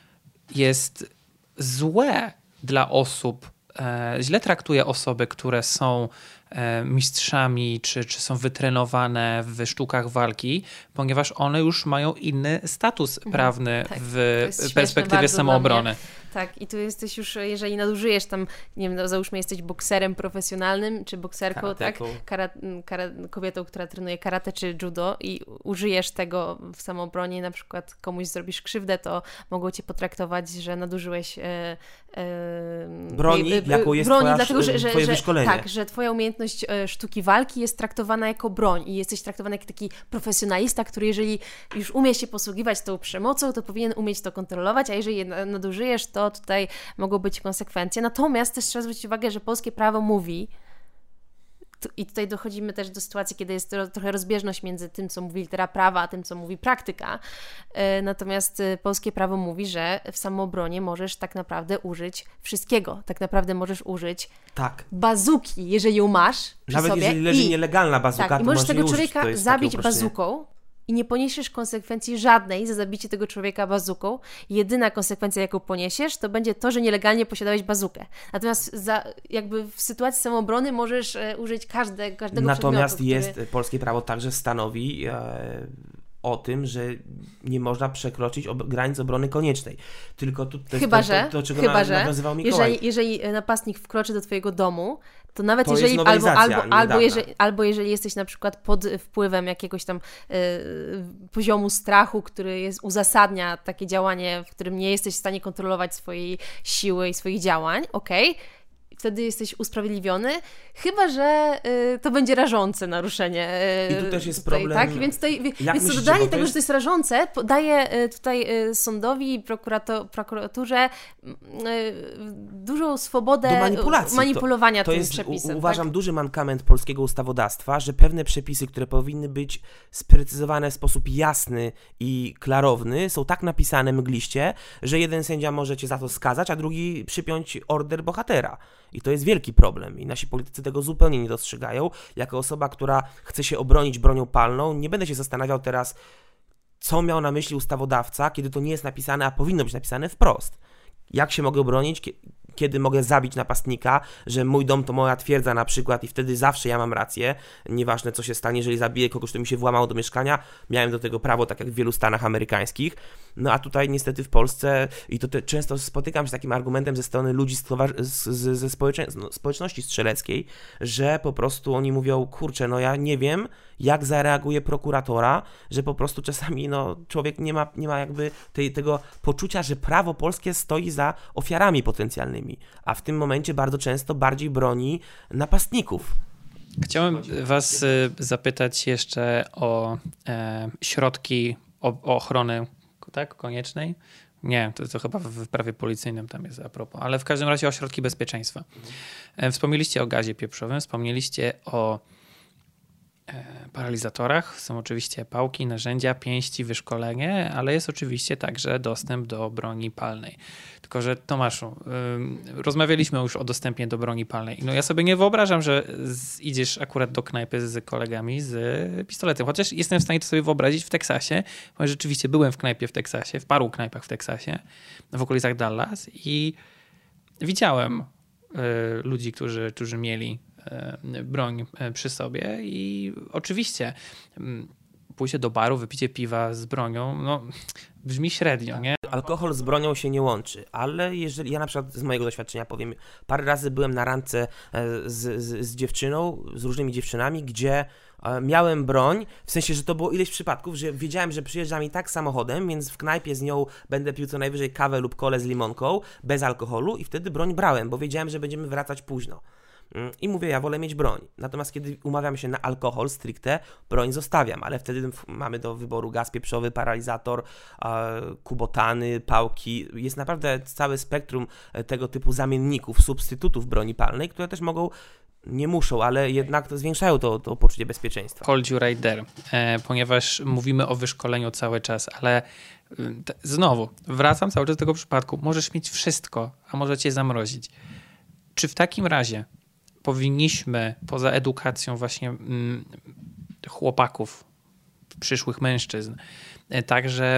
B: jest złe dla osób, e, źle traktuje osoby, które są e, mistrzami, czy, czy są wytrenowane w sztukach walki, ponieważ one już mają inny status prawny tak, w perspektywie samoobrony.
C: Tak, i tu jesteś już, jeżeli nadużyjesz tam, nie wiem, no, załóżmy jesteś bokserem profesjonalnym, czy bokserką, Karateką. tak, Kara, kara, kobietą, która trenuje karate czy judo i użyjesz tego w samoobronie, na przykład komuś zrobisz krzywdę, to mogą cię potraktować, że nadużyłeś e, e,
A: broni,
C: e, e,
A: jaką jest
C: broni,
A: twoja,
C: dlatego, że, że,
A: twoje
C: że,
A: wyszkolenie.
C: Tak, że twoja umiejętność e, sztuki walki jest traktowana jako broń i jesteś traktowany jak taki profesjonalista, który jeżeli już umie się posługiwać tą przemocą, to powinien umieć to kontrolować, a jeżeli je nadużyjesz, to tutaj mogą być konsekwencje. Natomiast też trzeba zwrócić uwagę, że polskie prawo mówi, i tutaj dochodzimy też do sytuacji, kiedy jest trochę rozbieżność między tym, co mówi litera prawa, a tym, co mówi praktyka. Natomiast polskie prawo mówi, że w samoobronie możesz tak naprawdę użyć wszystkiego. Tak naprawdę możesz użyć
A: tak.
C: bazuki, jeżeli ją masz przy
A: Nawet
C: sobie.
A: jeżeli leży
C: I,
A: nielegalna bazuka,
C: tak,
A: to
C: i możesz tego
A: użyć.
C: człowieka zabić bazuką i nie poniesiesz konsekwencji żadnej za zabicie tego człowieka bazuką. Jedyna konsekwencja, jaką poniesiesz, to będzie to, że nielegalnie posiadałeś bazukę. Natomiast za, jakby w sytuacji samoobrony możesz e, użyć każde, każdego
A: Natomiast
C: przedmiotu,
A: jest,
C: który...
A: polskie prawo także stanowi e, o tym, że nie można przekroczyć ob- granic obrony koniecznej. Tylko tu, to
C: chyba,
A: jest to,
C: że,
A: to, to czego
C: chyba,
A: na,
C: że
A: nawiązywał Mikołaj.
C: Jeżeli, jeżeli napastnik wkroczy do twojego domu, to nawet
A: to
C: jeżeli albo, albo, albo,
A: jeżeli,
C: albo jeżeli jesteś na przykład pod wpływem jakiegoś tam y, poziomu strachu, który jest, uzasadnia takie działanie, w którym nie jesteś w stanie kontrolować swojej siły i swoich działań, okej, okay, wtedy jesteś usprawiedliwiony, chyba że y, to będzie rażące naruszenie. Y,
A: I tu też jest
C: tutaj,
A: problem.
C: Tak? Więc, tutaj, więc
A: myślicie,
C: to dodanie
A: to
C: tego,
A: jest...
C: że to jest rażące, daje y, tutaj y, sądowi i prokurato, prokuraturze y, dużą swobodę
A: do manipulacji.
C: manipulowania
A: to, to
C: tym
A: jest,
C: przepisem.
A: U, uważam,
C: tak?
A: duży mankament polskiego ustawodawstwa, że pewne przepisy, które powinny być sprecyzowane w sposób jasny i klarowny, są tak napisane mgliście, że jeden sędzia może cię za to skazać, a drugi przypiąć order bohatera. I to jest wielki problem i nasi politycy tego zupełnie nie dostrzegają. Jako osoba, która chce się obronić bronią palną, nie będę się zastanawiał teraz, co miał na myśli ustawodawca, kiedy to nie jest napisane, a powinno być napisane wprost. Jak się mogę obronić, kiedy mogę zabić napastnika, że mój dom to moja twierdza na przykład i wtedy zawsze ja mam rację, nieważne co się stanie, jeżeli zabiję kogoś, kto mi się włamał do mieszkania, miałem do tego prawo, tak jak w wielu stanach amerykańskich. No a tutaj niestety w Polsce, i to te, często spotykam się z takim argumentem ze strony ludzi z, z, z, ze społecze, no, społeczności strzeleckiej, że po prostu oni mówią, kurczę, no ja nie wiem, jak zareaguje prokuratora, że po prostu czasami no, człowiek nie ma, nie ma jakby tej, tego poczucia, że prawo polskie stoi za ofiarami potencjalnymi, a w tym momencie bardzo często bardziej broni napastników.
B: Chciałem was zapytać jeszcze o e, środki o, o ochrony, tak, koniecznej? Nie, to, to chyba w prawie policyjnym tam jest a propos, ale w każdym razie o środki bezpieczeństwa. E, wspomnieliście o gazie pieprzowym, wspomnieliście o paralizatorach. Są oczywiście pałki, narzędzia, pięści, wyszkolenie, ale jest oczywiście także dostęp do broni palnej. Tylko że Tomaszu, yy, rozmawialiśmy już o dostępie do broni palnej. No ja sobie nie wyobrażam, że z, idziesz akurat do knajpy z kolegami z pistoletem. Chociaż jestem w stanie to sobie wyobrazić w Teksasie, bo rzeczywiście byłem w knajpie w Teksasie, w paru knajpach w Teksasie, w okolicach Dallas i widziałem yy, ludzi, którzy, którzy mieli broń przy sobie i oczywiście pójście do baru, wypicie piwa z bronią, no brzmi średnio, nie?
A: Alkohol z bronią się nie łączy, ale jeżeli, ja na przykład z mojego doświadczenia powiem, parę razy byłem na randce z, z, z dziewczyną, z różnymi dziewczynami, gdzie miałem broń, w sensie, że to było ileś przypadków, że wiedziałem, że przyjeżdża mi tak samochodem, więc w knajpie z nią będę pił co najwyżej kawę lub kolę z limonką, bez alkoholu i wtedy broń brałem, bo wiedziałem, że będziemy wracać późno. I mówię, ja wolę mieć broń. Natomiast kiedy umawiam się na alkohol stricte, broń zostawiam, ale wtedy mamy do wyboru gaz pieprzowy, paralizator, kubotany, pałki. Jest naprawdę całe spektrum tego typu zamienników, substytutów broni palnej, które też mogą, nie muszą, ale jednak to zwiększają to, to poczucie bezpieczeństwa.
B: Hold you right there, e, ponieważ mówimy o wyszkoleniu cały czas, ale te, znowu, wracam cały czas do tego przypadku. Możesz mieć wszystko, a może cię zamrozić. Czy w takim razie powinniśmy poza edukacją właśnie mm, chłopaków, przyszłych mężczyzn, także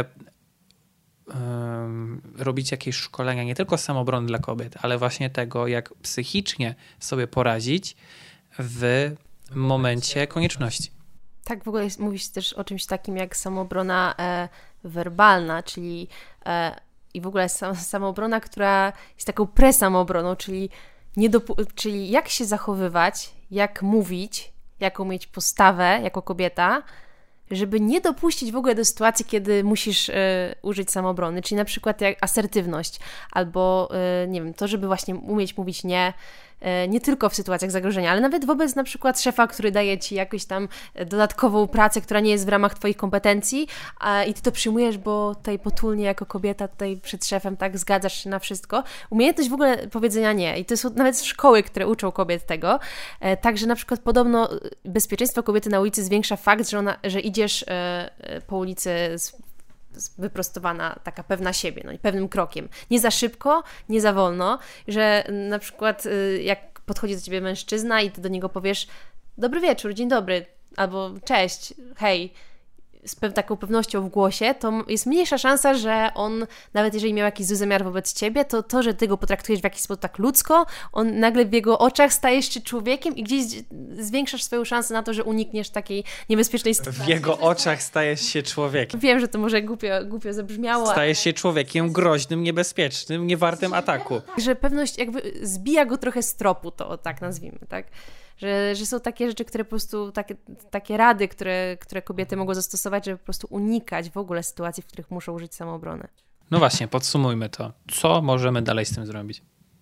B: um, robić jakieś szkolenia, nie tylko samobrony dla kobiet, ale właśnie tego, jak psychicznie sobie poradzić w momencie konieczności.
C: Tak, w ogóle jest, mówisz też o czymś takim jak samobrona e, werbalna, czyli e, i w ogóle sam, samoobrona, która jest taką presamobroną, czyli Nie dopu- czyli jak się zachowywać, jak mówić, jaką mieć postawę jako kobieta, żeby nie dopuścić w ogóle do sytuacji, kiedy musisz y, użyć samoobrony, czyli na przykład jak asertywność, albo y, nie wiem, to, żeby właśnie umieć mówić nie, y, nie tylko w sytuacjach zagrożenia, ale nawet wobec na przykład szefa, który daje ci jakąś tam dodatkową pracę, która nie jest w ramach twoich kompetencji, a, i ty to przyjmujesz, bo tutaj potulnie jako kobieta tutaj przed szefem tak zgadzasz się na wszystko. Umiejętność w ogóle powiedzenia nie i to są nawet szkoły, które uczą kobiet tego, e, także na przykład podobno bezpieczeństwo kobiety na ulicy zwiększa fakt, że, ona, że idziesz e, po ulicy z wyprostowana, taka pewna siebie, no i pewnym krokiem. Nie za szybko, nie za wolno, że na przykład jak podchodzi do ciebie mężczyzna i ty do niego powiesz dobry wieczór, dzień dobry, albo cześć, hej, z pe- taką pewnością w głosie, to jest mniejsza szansa, że on, nawet jeżeli miał jakiś zły zamiar wobec ciebie, to to, że ty go potraktujesz w jakiś sposób tak ludzko, on nagle w jego oczach stajesz się człowiekiem i gdzieś zwiększasz swoją szansę na to, że unikniesz takiej niebezpiecznej sytuacji.
B: W jego oczach stajesz się człowiekiem.
C: Wiem, że to może głupio, głupio zabrzmiało.
B: Stajesz się człowiekiem groźnym, niebezpiecznym, niewartym ataku.
C: Że pewność jakby zbija go trochę z tropu, to tak nazwijmy, tak? Że, że są takie rzeczy, które po prostu, takie, takie rady, które, które kobiety mogą zastosować, żeby po prostu unikać w ogóle sytuacji, w których muszą użyć samoobrony.
B: No właśnie, podsumujmy to. Co możemy dalej z tym zrobić?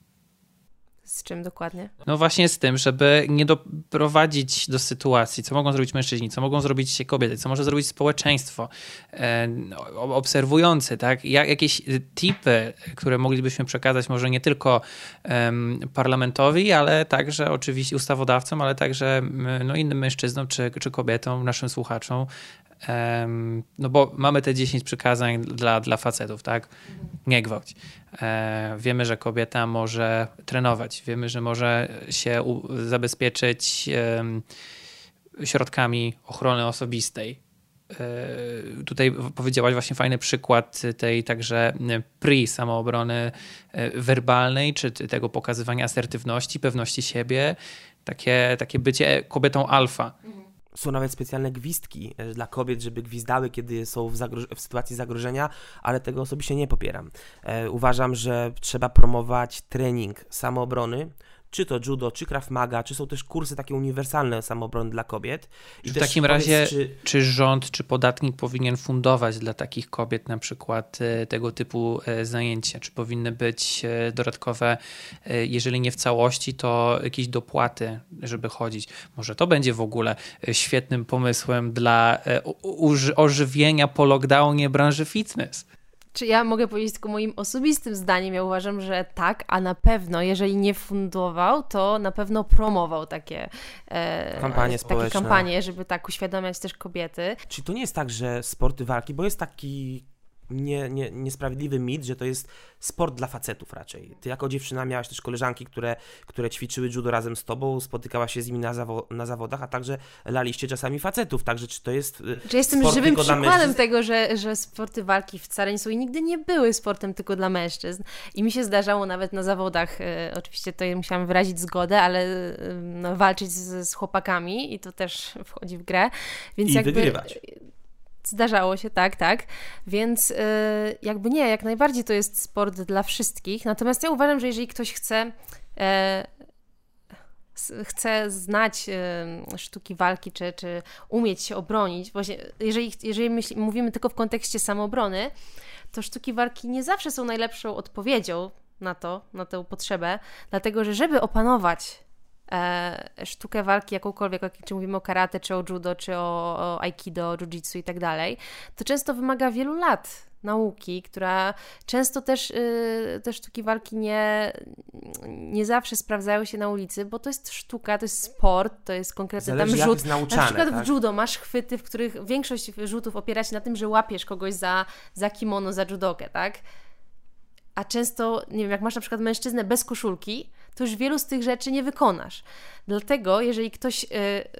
C: Z czym dokładnie?
B: No właśnie z tym, żeby nie doprowadzić do sytuacji, co mogą zrobić mężczyźni, co mogą zrobić kobiety, co może zrobić społeczeństwo e, obserwujący, tak? Jak, jakieś tipy, które moglibyśmy przekazać może nie tylko um, parlamentowi, ale także oczywiście ustawodawcom, ale także no, innym mężczyznom czy, czy kobietom, naszym słuchaczom. Um, no bo mamy te dziesięć przykazań dla, dla facetów, tak? Nie gwałć. E, wiemy, że kobieta może trenować. Wiemy, że może się u, zabezpieczyć e, środkami ochrony osobistej. tutaj powiedziałaś właśnie fajny przykład tej także pre-samoobrony werbalnej, czy tego pokazywania asertywności, pewności siebie, takie, takie bycie kobietą alfa.
A: Są nawet specjalne gwizdki dla kobiet, żeby gwizdały, kiedy są w, w sytuacji zagrożenia, ale tego osobiście nie popieram. E, uważam, że trzeba promować trening samoobrony, czy to judo, czy krav maga, czy są też kursy takie uniwersalne samoobrony dla kobiet. I
B: w takim
A: powiedz,
B: razie
A: czy...
B: czy rząd, czy podatnik powinien fundować dla takich kobiet na przykład tego typu zajęcia? Czy powinny być dodatkowe, jeżeli nie w całości, to jakieś dopłaty, żeby chodzić? Może to będzie w ogóle świetnym pomysłem dla ożywienia po lockdownie branży fitness.
C: Czy ja mogę powiedzieć tylko moim osobistym zdaniem? Ja uważam, że tak, a na pewno, jeżeli nie fundował, to na pewno promował takie e,
A: kampanie
C: takie
A: społeczne.
C: kampanie, żeby tak uświadamiać też kobiety.
A: Czyli to nie jest tak, że sporty walki, bo jest taki nie, nie, niesprawiedliwy mit, że to jest sport dla facetów raczej. Ty jako dziewczyna miałaś też koleżanki, które, które ćwiczyły judo razem z tobą, spotykałaś się z nimi na, zawo- na zawodach, a także laliście czasami facetów, także czy to jest
C: Czy jestem
A: sport
C: żywym
A: tylko dla
C: przykładem
A: mężczyzn?
C: tego, że, że sporty walki wcale nie są i nigdy nie były sportem tylko dla mężczyzn. I mi się zdarzało nawet na zawodach, e, oczywiście tutaj musiałam wyrazić zgodę, ale e, no, walczyć z, z chłopakami i to też wchodzi w grę. Więc
A: I
C: jakby,
A: wygrywać.
C: Zdarzało się, tak, tak. Więc yy, jakby nie, jak najbardziej to jest sport dla wszystkich. Natomiast ja uważam, że jeżeli ktoś chce, e, chce znać e, sztuki walki, czy, czy umieć się obronić, właśnie jeżeli, jeżeli myśli, mówimy tylko w kontekście samoobrony, to sztuki walki nie zawsze są najlepszą odpowiedzią na to, na tę potrzebę, dlatego że żeby opanować E, sztukę walki jakąkolwiek, czy mówimy o karate, czy o judo, czy o, o aikido, jiu-jitsu i tak dalej, to często wymaga wielu lat nauki, która często też y, te sztuki walki nie, nie zawsze sprawdzają się na ulicy, bo to jest sztuka, to jest sport, to jest konkretny
A: Zależy,
C: tam
A: jak
C: rzut.
A: jest nauczane,
C: na przykład
A: tak?
C: w judo masz chwyty, w których większość rzutów opiera się na tym, że łapiesz kogoś za, za kimono, za judokę, tak? A często, nie wiem, jak masz na przykład mężczyznę bez koszulki, to już wielu z tych rzeczy nie wykonasz. Dlatego, jeżeli ktoś... Yy,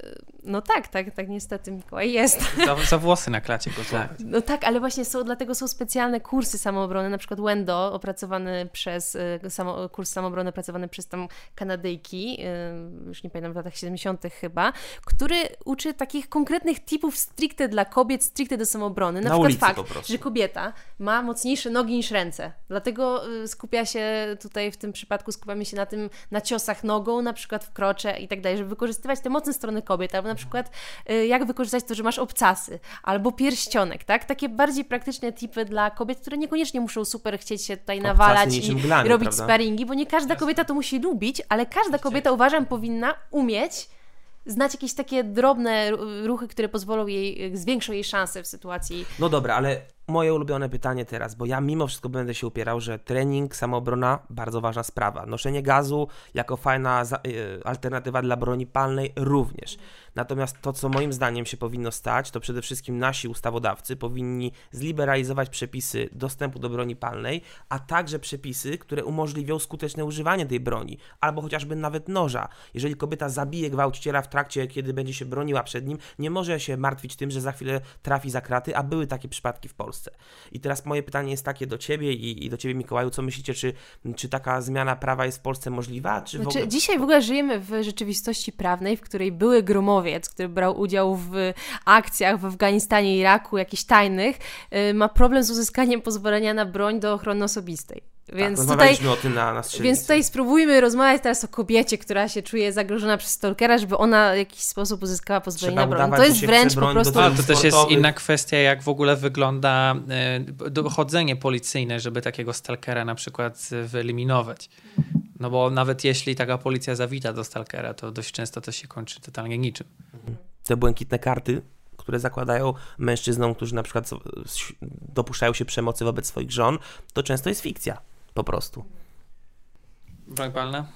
C: no tak, tak, tak niestety, Mikołaj, jest.
B: Za, za włosy na klacie go złapać.
C: No tak, ale właśnie są, dlatego są specjalne kursy samoobrony, na przykład Wendo, opracowany przez, yy, samo, kurs samoobrony opracowany przez tam Kanadyjki, yy, już nie pamiętam, w latach siedemdziesiątych chyba, który uczy takich konkretnych tipów stricte dla kobiet, stricte do samoobrony. Na,
A: na
C: przykład
A: ulicy
C: fakt,
A: po prostu.
C: że kobieta ma mocniejsze nogi niż ręce. Dlatego skupia się tutaj, w tym przypadku skupiamy się na tym, na ciosach nogą, na przykład w krocze i tak dalej, żeby wykorzystywać te mocne strony kobiet, albo na przykład y, jak wykorzystać to, że masz obcasy, albo pierścionek, tak? Takie bardziej praktyczne tipy dla kobiet, które niekoniecznie muszą super chcieć się tutaj
A: Obcasy
C: nawalać i
A: glany,
C: robić
A: prawda?
C: sparingi, bo nie każda kobieta to musi lubić, ale każda kobieta, uważam, powinna umieć znać jakieś takie drobne ruchy, które pozwolą jej, zwiększą jej szanse w sytuacji.
A: No dobra, ale moje ulubione pytanie teraz, bo ja mimo wszystko będę się upierał, że trening, samoobrona, bardzo ważna sprawa. Noszenie gazu jako fajna za- y, alternatywa dla broni palnej również. Natomiast to, co moim zdaniem się powinno stać, to przede wszystkim nasi ustawodawcy powinni zliberalizować przepisy dostępu do broni palnej, a także przepisy, które umożliwią skuteczne używanie tej broni, albo chociażby nawet noża. Jeżeli kobieta zabije gwałciciela w trakcie, kiedy będzie się broniła przed nim, nie może się martwić tym, że za chwilę trafi za kraty, a były takie przypadki w Polsce. I teraz moje pytanie jest takie do Ciebie i, i do Ciebie, Mikołaju, co myślicie, czy, czy taka zmiana prawa jest w Polsce możliwa? Czy w
C: Znaczy,
A: ogóle...
C: Dzisiaj w ogóle żyjemy w rzeczywistości prawnej, w której były gromowiec, który brał udział w akcjach w Afganistanie, Iraku, jakichś tajnych, yy, ma problem z uzyskaniem pozwolenia na broń do ochrony osobistej. Więc
A: tak,
C: tutaj,
A: o tym na, na
C: więc tutaj spróbujmy rozmawiać teraz o kobiecie, która się czuje zagrożona przez stalkera, żeby ona w jakiś sposób uzyskała pozwolenie
A: Trzeba
C: na broń.
A: udawać,
C: To
A: że
C: jest
A: się
C: wręcz
A: chce
C: po
A: broń
C: prostu...
A: do
B: Ale to też jest
A: sportowych.
B: inna kwestia, jak w ogóle wygląda y, dochodzenie policyjne, żeby takiego stalkera na przykład wyeliminować. No bo nawet jeśli taka policja zawita do stalkera, to dość często to się kończy totalnie niczym.
A: Te błękitne karty, które zakładają mężczyznom, którzy na przykład dopuszczają się przemocy wobec swoich żon, to często jest fikcja, po prostu.
B: Broń palna?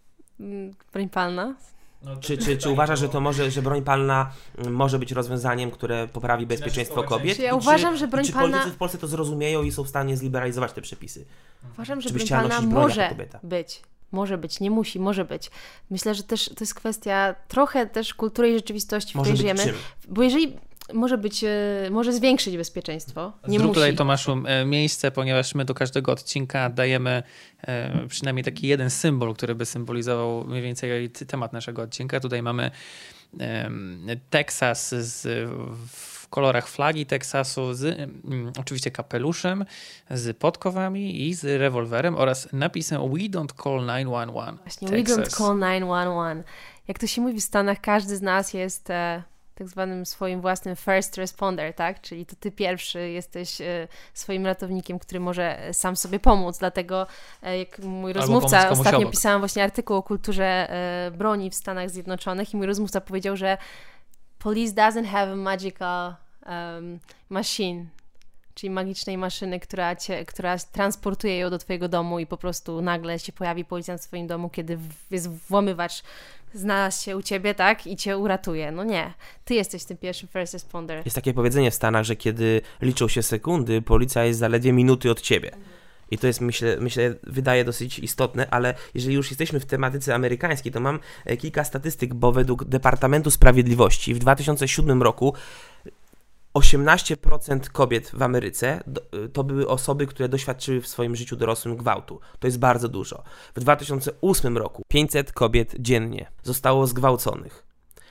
C: Broń palna?
B: No,
A: Czy, czy, czy uważasz, że to może, że broń palna może być rozwiązaniem, które poprawi bezpieczeństwo kobiet?
C: Czy ja
A: I
C: uważam,
A: czy,
C: że broń
A: i czy
C: palna-
A: politycy w Polsce to zrozumieją i są w stanie zliberalizować te przepisy?
C: Uważam, że
A: Czy byś
C: broń
A: chciała
C: palna
A: nosić broń jako
C: może
A: kobieta?
C: być. Może być, nie musi, może być. Myślę, że też to jest kwestia trochę też kultury i rzeczywistości, w
A: Może
C: której
A: być
C: żyjemy.
A: czym?
C: Bo jeżeli może być, może zwiększyć bezpieczeństwo. Nie
B: Zrób
C: musi.
B: tutaj, Tomaszu, miejsce, ponieważ my do każdego odcinka dajemy e, przynajmniej taki jeden symbol, który by symbolizował mniej więcej temat naszego odcinka. Tutaj mamy e, Teksas z, w kolorach flagi Teksasu, z mm, oczywiście kapeluszem, z podkowami i z rewolwerem oraz napisem We don't call nine one one.
C: Właśnie,
B: Texas.
C: we don't call nine one one. Jak to się mówi w Stanach, każdy z nas jest e, tak zwanym swoim własnym first responder, tak? Czyli to ty pierwszy jesteś e, swoim ratownikiem, który może sam sobie pomóc. Dlatego e, jak mój rozmówca, ostatnio
B: obok.
C: pisałam właśnie artykuł o kulturze e, broni w Stanach Zjednoczonych i mój rozmówca powiedział, że police doesn't have a magical um, machine, czyli magicznej maszyny, która, cię, która transportuje ją do twojego domu i po prostu nagle się pojawi policjant w twoim domu, kiedy jest włamywacz, znalazł się u ciebie, tak? I cię uratuje. No nie. Ty jesteś tym pierwszym first responder.
A: Jest takie powiedzenie w Stanach, że kiedy liczą się sekundy, policja jest zaledwie minuty od ciebie. I to jest, myślę, myślę, wydaje dosyć istotne, ale jeżeli już jesteśmy w tematyce amerykańskiej, to mam kilka statystyk, bo według Departamentu Sprawiedliwości w dwa tysiące siódmym roku osiemnaście procent kobiet w Ameryce to były osoby, które doświadczyły w swoim życiu dorosłym gwałtu. To jest bardzo dużo. W dwa tysiące ósmym roku pięćset kobiet dziennie zostało zgwałconych.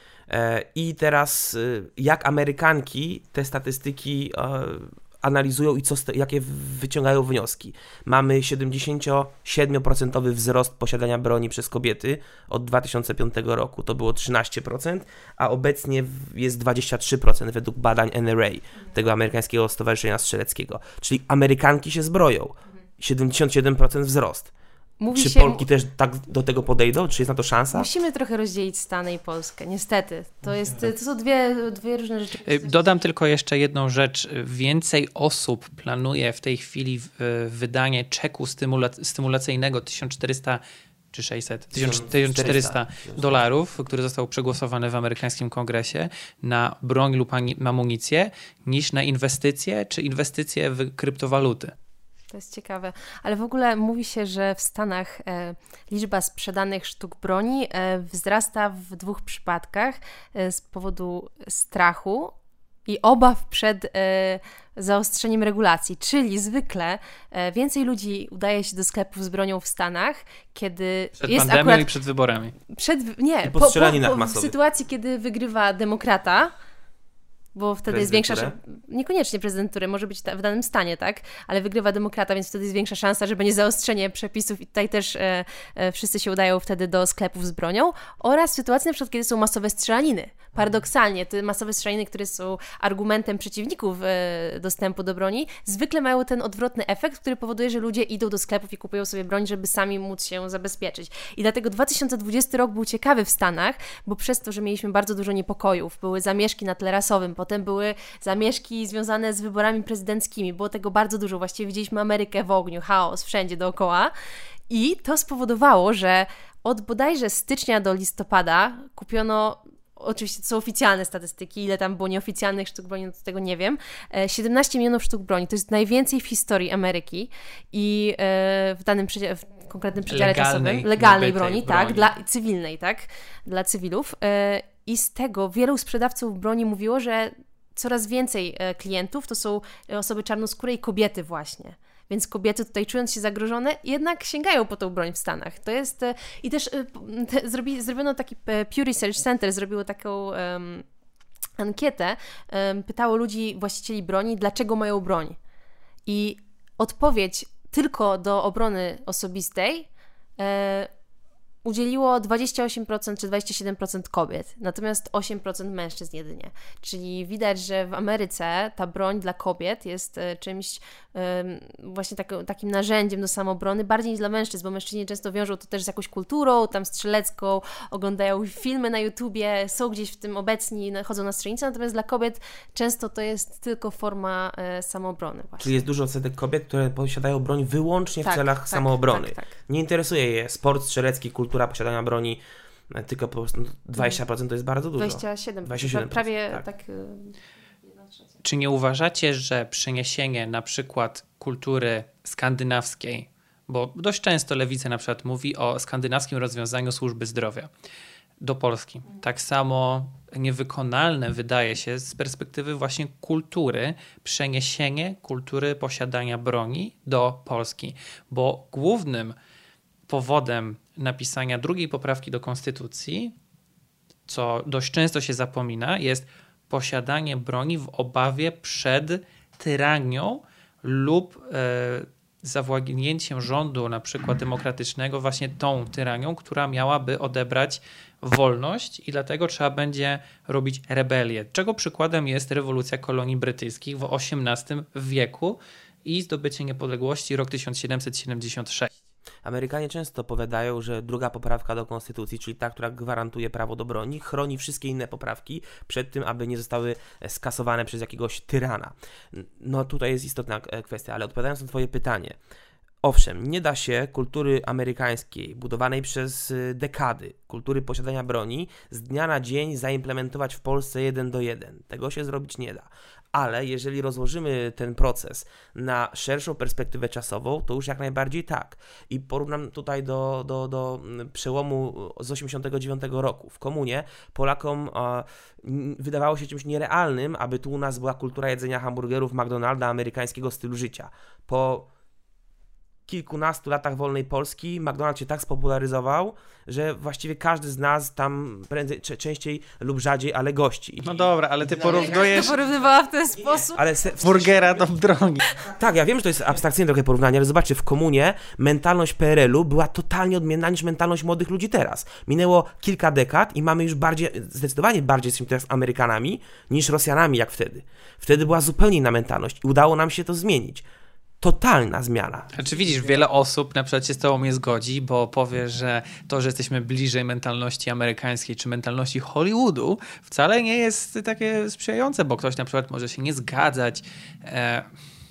A: I teraz jak Amerykanki te statystyki analizują i co, jakie wyciągają wnioski. Mamy siedemdziesiąt siedem procent wzrost posiadania broni przez kobiety od dwa tysiące piątego roku. To było trzynaście procent, a obecnie jest dwadzieścia trzy procent według badań N R A, tego amerykańskiego stowarzyszenia strzeleckiego. Czyli Amerykanki się zbroją. siedemdziesiąt siedem procent wzrost.
C: Mówi
A: Czy
C: się,
A: Polki też tak do tego podejdą? Czy jest na to szansa?
C: Musimy trochę rozdzielić Stany i Polskę, niestety. To, jest, to są dwie, dwie różne rzeczy.
B: Dodam tylko jeszcze jedną rzecz. Więcej osób planuje w tej chwili wydanie czeku stymula- stymulacyjnego tysiąc czterysta czy sześćset, tysiąc czterysta dolarów, który został przegłosowany w amerykańskim kongresie na broń lub amunicję, niż na inwestycje czy inwestycje w kryptowaluty.
C: To jest ciekawe, ale w ogóle mówi się, że w Stanach e, liczba sprzedanych sztuk broni e, wzrasta w dwóch przypadkach e, z powodu strachu i obaw przed e, zaostrzeniem regulacji, czyli zwykle e, więcej ludzi udaje się do sklepów z bronią w Stanach, kiedy
B: przed
C: jest
B: pandemią
C: akurat...
B: i przed wyborami.
C: Przed, nie,
A: I po, po, po, po, w
C: sytuacji, kiedy wygrywa demokrata, bo wtedy jest większa szansa, niekoniecznie prezydenturę, może być ta, w danym stanie, tak, ale wygrywa demokrata, więc wtedy jest większa szansa, że będzie zaostrzenie przepisów i tutaj też e, e, wszyscy się udają wtedy do sklepów z bronią, oraz sytuacji na przykład, kiedy są masowe strzelaniny. Paradoksalnie, te masowe strzelaniny, które są argumentem przeciwników e, dostępu do broni, zwykle mają ten odwrotny efekt, który powoduje, że ludzie idą do sklepów i kupują sobie broń, żeby sami móc się zabezpieczyć. I dlatego dwa tysiące dwudziesty rok był ciekawy w Stanach, bo przez to, że mieliśmy bardzo dużo niepokojów, były zamieszki na tle rasowym, potem były zamieszki związane z wyborami prezydenckimi, było tego bardzo dużo, właściwie widzieliśmy Amerykę w ogniu, chaos wszędzie dookoła i to spowodowało, że od bodajże stycznia do listopada kupiono, oczywiście to są oficjalne statystyki, ile tam było nieoficjalnych sztuk broni, no to tego nie wiem, siedemnaście milionów sztuk broni, to jest najwięcej w historii Ameryki i w danym przedziale, w konkretnym przedziale
B: legalnej,
C: czasowym, legalnej broni,
B: broni,
C: tak, dla cywilnej, tak, dla cywilów i z tego wielu sprzedawców broni mówiło, że coraz więcej klientów to są osoby czarnoskóre i kobiety właśnie. Więc kobiety tutaj, czując się zagrożone, jednak sięgają po tą broń w Stanach. To jest... I też te, zrobi, zrobiono taki... Pew Research Center zrobiło taką um, ankietę. Um, pytało ludzi, właścicieli broni, dlaczego mają broń. I odpowiedź tylko do obrony osobistej e, udzieliło dwadzieścia osiem procent czy dwadzieścia siedem procent kobiet, natomiast osiem procent mężczyzn jedynie. Czyli widać, że w Ameryce ta broń dla kobiet jest czymś um, właśnie tak, takim narzędziem do samoobrony bardziej niż dla mężczyzn, bo mężczyźni często wiążą to też z jakąś kulturą, tam strzelecką, oglądają filmy na YouTubie, są gdzieś w tym obecni, chodzą na strzelnicę, natomiast dla kobiet często to jest tylko forma e, samoobrony. Właśnie.
A: Czyli jest dużo odsetek kobiet, które posiadają broń wyłącznie
C: tak,
A: w celach
C: tak,
A: samoobrony.
C: Tak, tak.
A: Nie interesuje je sport strzelecki, kultura posiadania broni, tylko po prostu dwadzieścia procent to jest bardzo dużo.
C: dwadzieścia siedem procent,
A: dwadzieścia siedem procent
C: prawie
A: tak.
C: tak.
B: Czy nie uważacie, że przeniesienie na przykład kultury skandynawskiej, bo dość często lewica na przykład mówi o skandynawskim rozwiązaniu służby zdrowia, do Polski. Tak samo niewykonalne wydaje się z perspektywy właśnie kultury, przeniesienie kultury posiadania broni do Polski, bo głównym powodem napisania drugiej poprawki do Konstytucji, co dość często się zapomina, jest posiadanie broni w obawie przed tyranią lub e, zawładnięciem rządu na przykład demokratycznego właśnie tą tyranią, która miałaby odebrać wolność i dlatego trzeba będzie robić rebelię. Czego przykładem jest rewolucja kolonii brytyjskich w osiemnastym wieku i zdobycie niepodległości rok tysiąc siedemset siedemdziesiąt sześć.
A: Amerykanie często powiadają, że druga poprawka do konstytucji, czyli ta, która gwarantuje prawo do broni, chroni wszystkie inne poprawki przed tym, aby nie zostały skasowane przez jakiegoś tyrana. No tutaj jest istotna kwestia, ale odpowiadając na twoje pytanie, owszem, nie da się kultury amerykańskiej, budowanej przez dekady, kultury posiadania broni, z dnia na dzień zaimplementować w Polsce jeden do jeden. Tego się zrobić nie da. Ale jeżeli rozłożymy ten proces na szerszą perspektywę czasową, to już jak najbardziej tak. I porównam tutaj do, do, do przełomu z osiemdziesiątego dziewiątego roku. W komunie Polakom e, wydawało się czymś nierealnym, aby tu u nas była kultura jedzenia hamburgerów McDonalda, amerykańskiego stylu życia. Po kilkunastu latach wolnej Polski McDonald's się tak spopularyzował, że właściwie każdy z nas tam prędzej, częściej lub rzadziej, ale gości.
B: No dobra, ale ty porównujesz
C: to porównywała w ten sposób.
A: Ale se,
B: burgera do broni.
A: Tak, ja wiem, że to jest abstrakcyjne trochę porównanie, ale zobaczcie, w komunie mentalność P R L-u była totalnie odmienna niż mentalność młodych ludzi teraz. Minęło kilka dekad i mamy już bardziej, zdecydowanie bardziej jesteśmy teraz Amerykanami niż Rosjanami jak wtedy. Wtedy była zupełnie inna mentalność i udało nam się to zmienić. Totalna zmiana.
B: Znaczy widzisz, wiele osób na przykład się z tobą nie zgodzi, bo powie, że to, że jesteśmy bliżej mentalności amerykańskiej czy mentalności Hollywoodu wcale nie jest takie sprzyjające, bo ktoś na przykład może się nie zgadzać. E...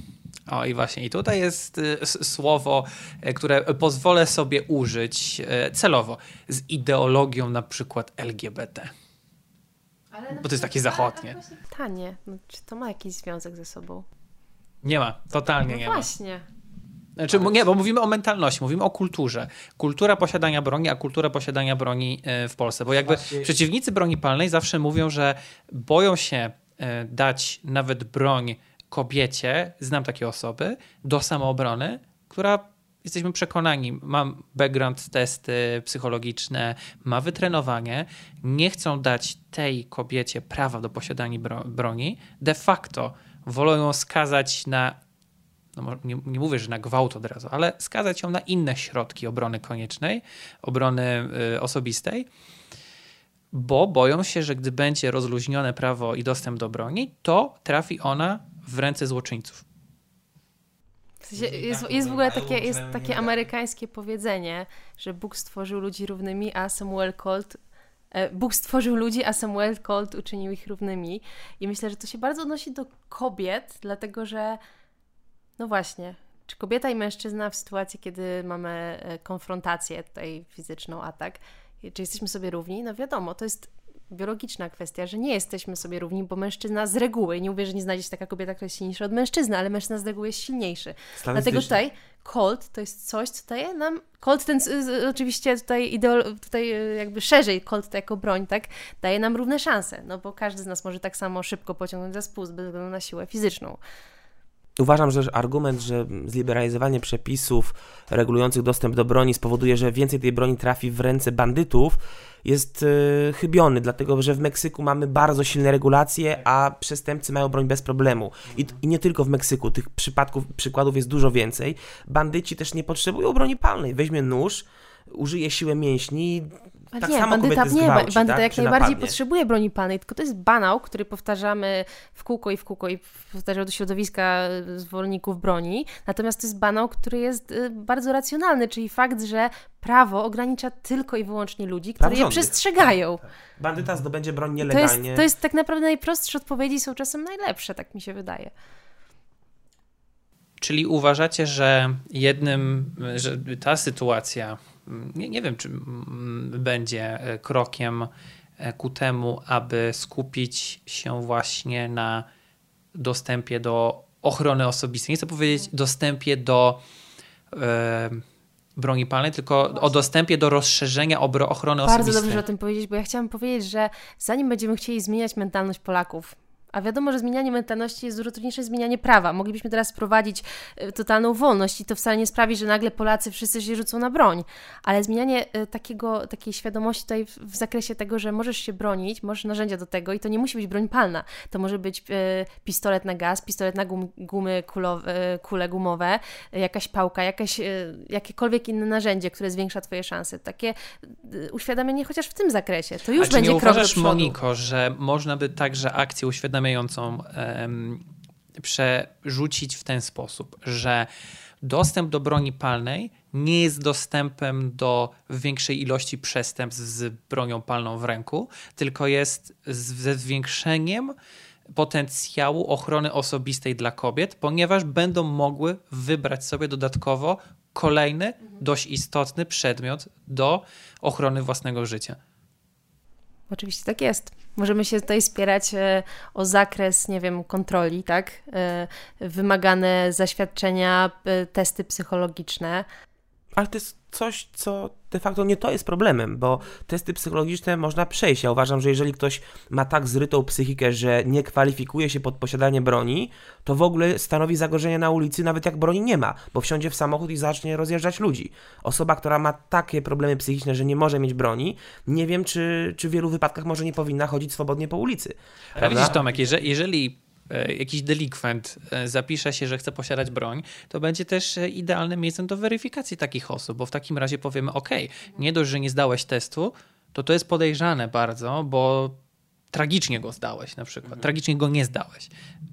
B: O i właśnie, i tutaj jest e, słowo, e, które pozwolę sobie użyć e, celowo, z ideologią na przykład L G B T. Ale bo to jest takie zachodnie.
C: Pytanie, no, czy to ma jakiś związek ze sobą?
B: Nie ma, totalnie
C: no
B: nie
C: właśnie.
B: ma. Znaczy, nie, bo mówimy o mentalności, mówimy o kulturze. Kultura posiadania broni, a kultura posiadania broni w Polsce. Bo jakby właśnie przeciwnicy broni palnej zawsze mówią, że boją się dać nawet broń kobiecie, znam takie osoby, do samoobrony, która, jesteśmy przekonani, ma background testy psychologiczne, ma wytrenowanie, nie chcą dać tej kobiecie prawa do posiadania bro- broni, de facto wolą ją skazać na, no nie, nie mówię, że na gwałt od razu, ale skazać ją na inne środki obrony koniecznej, obrony y, osobistej, bo boją się, że gdy będzie rozluźnione prawo i dostęp do broni, to trafi ona w ręce złoczyńców.
C: W sensie jest, jest w ogóle takie, jest takie amerykańskie powiedzenie, że Bóg stworzył ludzi równymi, a Samuel Colt Bóg stworzył ludzi, a Samuel Colt uczynił ich równymi. I myślę, że to się bardzo odnosi do kobiet, dlatego że no właśnie, czy kobieta i mężczyzna w sytuacji, kiedy mamy konfrontację tutaj fizyczną, atak, czy jesteśmy sobie równi? No wiadomo, to jest biologiczna kwestia, że nie jesteśmy sobie równi, bo mężczyzna z reguły, nie mówię, że nie znajdzie się taka kobieta, która jest silniejsza od mężczyzny, ale mężczyzna z reguły jest silniejszy. Dlatego tutaj Colt to jest coś, co daje nam, Colt ten oczywiście tutaj, ideolo, tutaj jakby szerzej Colt to jako broń, tak, daje nam równe szanse, no bo każdy z nas może tak samo szybko pociągnąć za spust bez względu na siłę fizyczną.
A: Uważam, że argument, że zliberalizowanie przepisów regulujących dostęp do broni spowoduje, że więcej tej broni trafi w ręce bandytów, jest yy, chybiony, dlatego że w Meksyku mamy bardzo silne regulacje, a przestępcy mają broń bez problemu. I, i nie tylko w Meksyku, tych przypadków, przykładów jest dużo więcej. Bandyci też nie potrzebują broni palnej. Weźmie nóż, użyje siłę mięśni,
C: A
A: tak
C: nie,
A: samo
C: bandyta,
A: kobiety
C: nie,
A: zgwałci,
C: bandyta
A: tak?
C: jak
A: Czy
C: najbardziej
A: napadnie.
C: potrzebuje broni palnej, tylko to jest banał, który powtarzamy w kółko i w kółko i powtarzał do środowiska zwolenników broni, natomiast to jest banał, który jest bardzo racjonalny, czyli fakt, że prawo ogranicza tylko i wyłącznie ludzi, którzy je przestrzegają.
A: Tak, tak. Bandyta zdobędzie broń
C: To
A: nielegalnie.
C: jest, to jest tak naprawdę najprostsze odpowiedzi, są czasem najlepsze, tak mi się wydaje.
B: Czyli uważacie, że jednym, że ta sytuacja, nie, nie wiem, czy będzie krokiem ku temu, aby skupić się właśnie na dostępie do ochrony osobistej. Nie chcę powiedzieć dostępie do e, broni palnej, tylko Właśnie. o dostępie do rozszerzenia obro- ochrony
C: Bardzo
B: osobistej.
C: Bardzo dobrze o tym powiedzieć, bo ja chciałam powiedzieć, że zanim będziemy chcieli zmieniać mentalność Polaków, a wiadomo, że zmienianie mentalności jest dużo trudniejsze niż zmienianie prawa. Moglibyśmy teraz wprowadzić totalną wolność i to wcale nie sprawi, że nagle Polacy wszyscy się rzucą na broń. Ale zmienianie takiego, takiej świadomości tutaj w, w zakresie tego, że możesz się bronić, możesz narzędzia do tego i to nie musi być broń palna. To może być e, pistolet na gaz, pistolet na gum, gumy, kulowe, kule gumowe, jakaś pałka, jakaś, e, jakiekolwiek inne narzędzie, które zwiększa twoje szanse. Takie e, uświadamianie chociaż w tym zakresie. To już
B: a
C: będzie
B: krok
C: krok do
B: uważasz,
C: przodu.
B: Moniko, że można by także akcję uświadamiającą um, przerzucić w ten sposób, że dostęp do broni palnej nie jest dostępem do większej ilości przestępstw z bronią palną w ręku, tylko jest ze zwiększeniem potencjału ochrony osobistej dla kobiet, ponieważ będą mogły wybrać sobie dodatkowo kolejny, mhm. dość istotny przedmiot do ochrony własnego życia.
C: Oczywiście tak jest. Możemy się tutaj spierać e, o zakres, nie wiem, kontroli, tak? E, wymagane zaświadczenia, e, testy psychologiczne.
A: Ale to jest coś, co de facto nie to jest problemem, bo testy psychologiczne można przejść. Ja uważam, że jeżeli ktoś ma tak zrytą psychikę, że nie kwalifikuje się pod posiadanie broni, to w ogóle stanowi zagrożenie na ulicy, nawet jak broni nie ma, bo wsiądzie w samochód i zacznie rozjeżdżać ludzi. Osoba, która ma takie problemy psychiczne, że nie może mieć broni, nie wiem, czy, czy w wielu wypadkach może nie powinna chodzić swobodnie po ulicy.
B: Ale widzisz, Tomek, jeżeli, jeżeli jakiś delikwent zapisze się, że chce posiadać broń, to będzie też idealnym miejscem do weryfikacji takich osób, bo w takim razie powiemy, ok, nie dość, że nie zdałeś testu, to to jest podejrzane bardzo, bo tragicznie go zdałeś na przykład, mhm. tragicznie go nie zdałeś.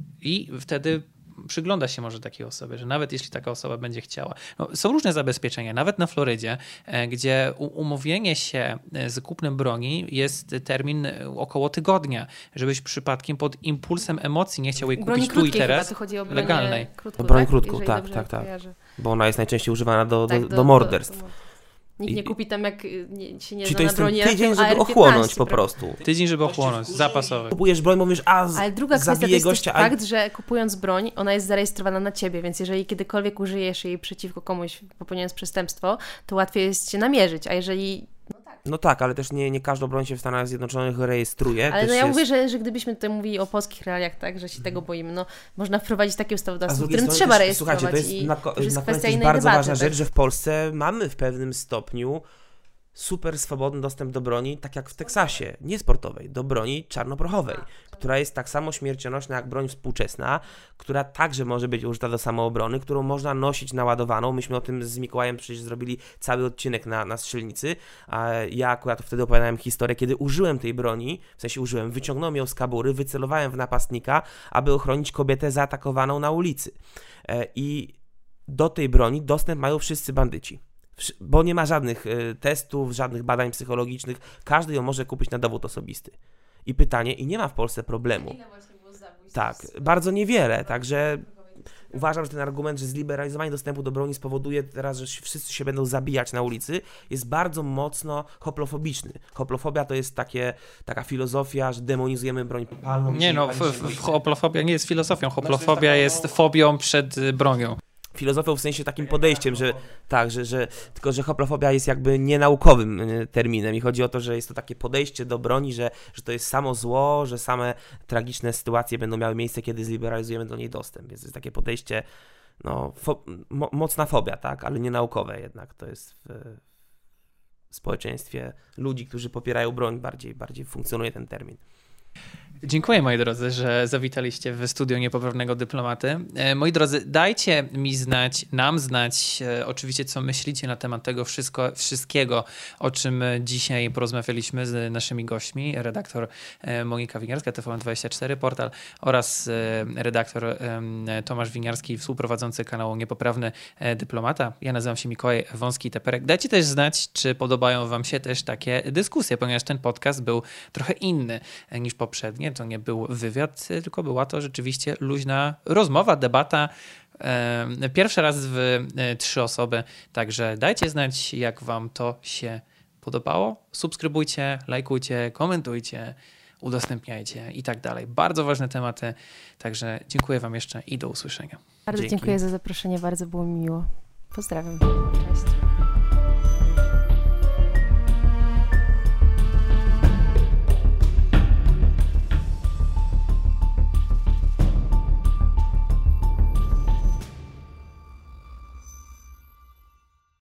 B: I wtedy przygląda się może takiej osobie, że nawet jeśli taka osoba będzie chciała. No, są różne zabezpieczenia, nawet na Florydzie, gdzie umówienie się z kupnem broni jest termin około tygodnia, żebyś przypadkiem pod impulsem emocji nie chciał jej kupić tu i teraz,
C: chyba, chodzi o
B: legalnej.
C: Krótką,
A: broń
C: tak?
A: krótką,
C: Jeżeli
A: tak, tak, tak.
C: Kojarzę.
A: Bo ona jest najczęściej używana do,
C: tak,
A: do,
C: do,
A: do morderstw.
C: Do, do, Nikt nie kupi tam, jak nie, się nie
A: Czyli
C: zna
A: to jest
C: na broni,
A: ten tydzień, żeby
C: A R piętnaście,
A: ochłonąć po
C: prawda?
A: prostu.
B: Tydzień, żeby ochłonąć, zapasowy.
A: Kupujesz broń, mówisz, a z,
C: Ale druga kwestia to
A: zabije
C: jest
A: gościa,
C: też
A: a...
C: fakt, że kupując broń, ona jest zarejestrowana na ciebie, więc jeżeli kiedykolwiek użyjesz jej przeciwko komuś, popełniając przestępstwo, to łatwiej jest się namierzyć, a jeżeli... No tak,
A: no tak, ale też nie, nie każdą broń się w Stanach Zjednoczonych rejestruje.
C: Ale
A: też
C: no ja
A: jest...
C: mówię, że, że gdybyśmy tutaj mówili o polskich realiach, tak, że się tego boimy, no można wprowadzić takie ustawodawstwo, w którym trzeba
A: też,
C: rejestrować.
A: Słuchajcie, to jest
C: i
A: na,
C: to jest
A: na
C: kwestia
A: jest
C: innej
A: bardzo
C: debaty,
A: ważna
C: tak?
A: rzecz, że w Polsce mamy w pewnym stopniu super swobodny dostęp do broni, tak jak w Teksasie, nie sportowej, do broni czarnoprochowej, która jest tak samo śmiercionośna jak broń współczesna, która także może być użyta do samoobrony, którą można nosić naładowaną. Myśmy o tym z Mikołajem przecież zrobili cały odcinek na, na strzelnicy, a ja akurat wtedy opowiadałem historię, kiedy użyłem tej broni, w sensie użyłem, wyciągnąłem ją z kabury, wycelowałem w napastnika, aby ochronić kobietę zaatakowaną na ulicy. I do tej broni dostęp mają wszyscy bandyci. Bo nie ma żadnych y, testów, żadnych badań psychologicznych. Każdy ją może kupić na dowód osobisty. I pytanie, i nie ma w Polsce problemu. Tak, bardzo niewiele, także uważam, że ten argument, że zliberalizowanie dostępu do broni spowoduje teraz, że wszyscy się będą zabijać na ulicy, jest bardzo mocno hoplofobiczny. Hoplofobia to jest takie, taka filozofia, że demonizujemy broń palną.
B: Nie no, f- f- hoplofobia nie jest filozofią, hoplofobia jest fobią przed bronią.
A: Filozofią w sensie takim podejściem, że tak, że, że tylko, że hoplofobia jest jakby nienaukowym terminem i chodzi o to, że jest to takie podejście do broni, że, że to jest samo zło, że same tragiczne sytuacje będą miały miejsce, kiedy zliberalizujemy do niej dostęp. Więc to jest takie podejście, no, fo- mo- mocna fobia, tak, ale nienaukowe jednak. To jest w, w społeczeństwie ludzi, którzy popierają broń, bardziej, bardziej funkcjonuje ten termin.
B: Dziękuję, moi drodzy, że zawitaliście w studio Niepoprawnego Dyplomaty. Moi drodzy, dajcie mi znać, nam znać e, oczywiście, co myślicie na temat tego wszystko, wszystkiego, o czym dzisiaj porozmawialiśmy z naszymi gośćmi. Redaktor e, Monika Winiarska, T V N dwadzieścia cztery Portal oraz e, redaktor e, Tomasz Winiarski, współprowadzący kanału Niepoprawny Dyplomata. Ja nazywam się Mikołaj Wąski-Teperek. Dajcie też znać, czy podobają wam się też takie dyskusje, ponieważ ten podcast był trochę inny niż poprzednie. To nie był wywiad, tylko była to rzeczywiście luźna rozmowa, debata. Pierwszy raz w trzy osoby, także dajcie znać, jak wam to się podobało. Subskrybujcie, lajkujcie, komentujcie, udostępniajcie i tak dalej. Bardzo ważne tematy, także dziękuję wam jeszcze i do usłyszenia.
C: Bardzo
A: Dzięki.
C: dziękuję za zaproszenie, bardzo było mi miło. Pozdrawiam. Cześć.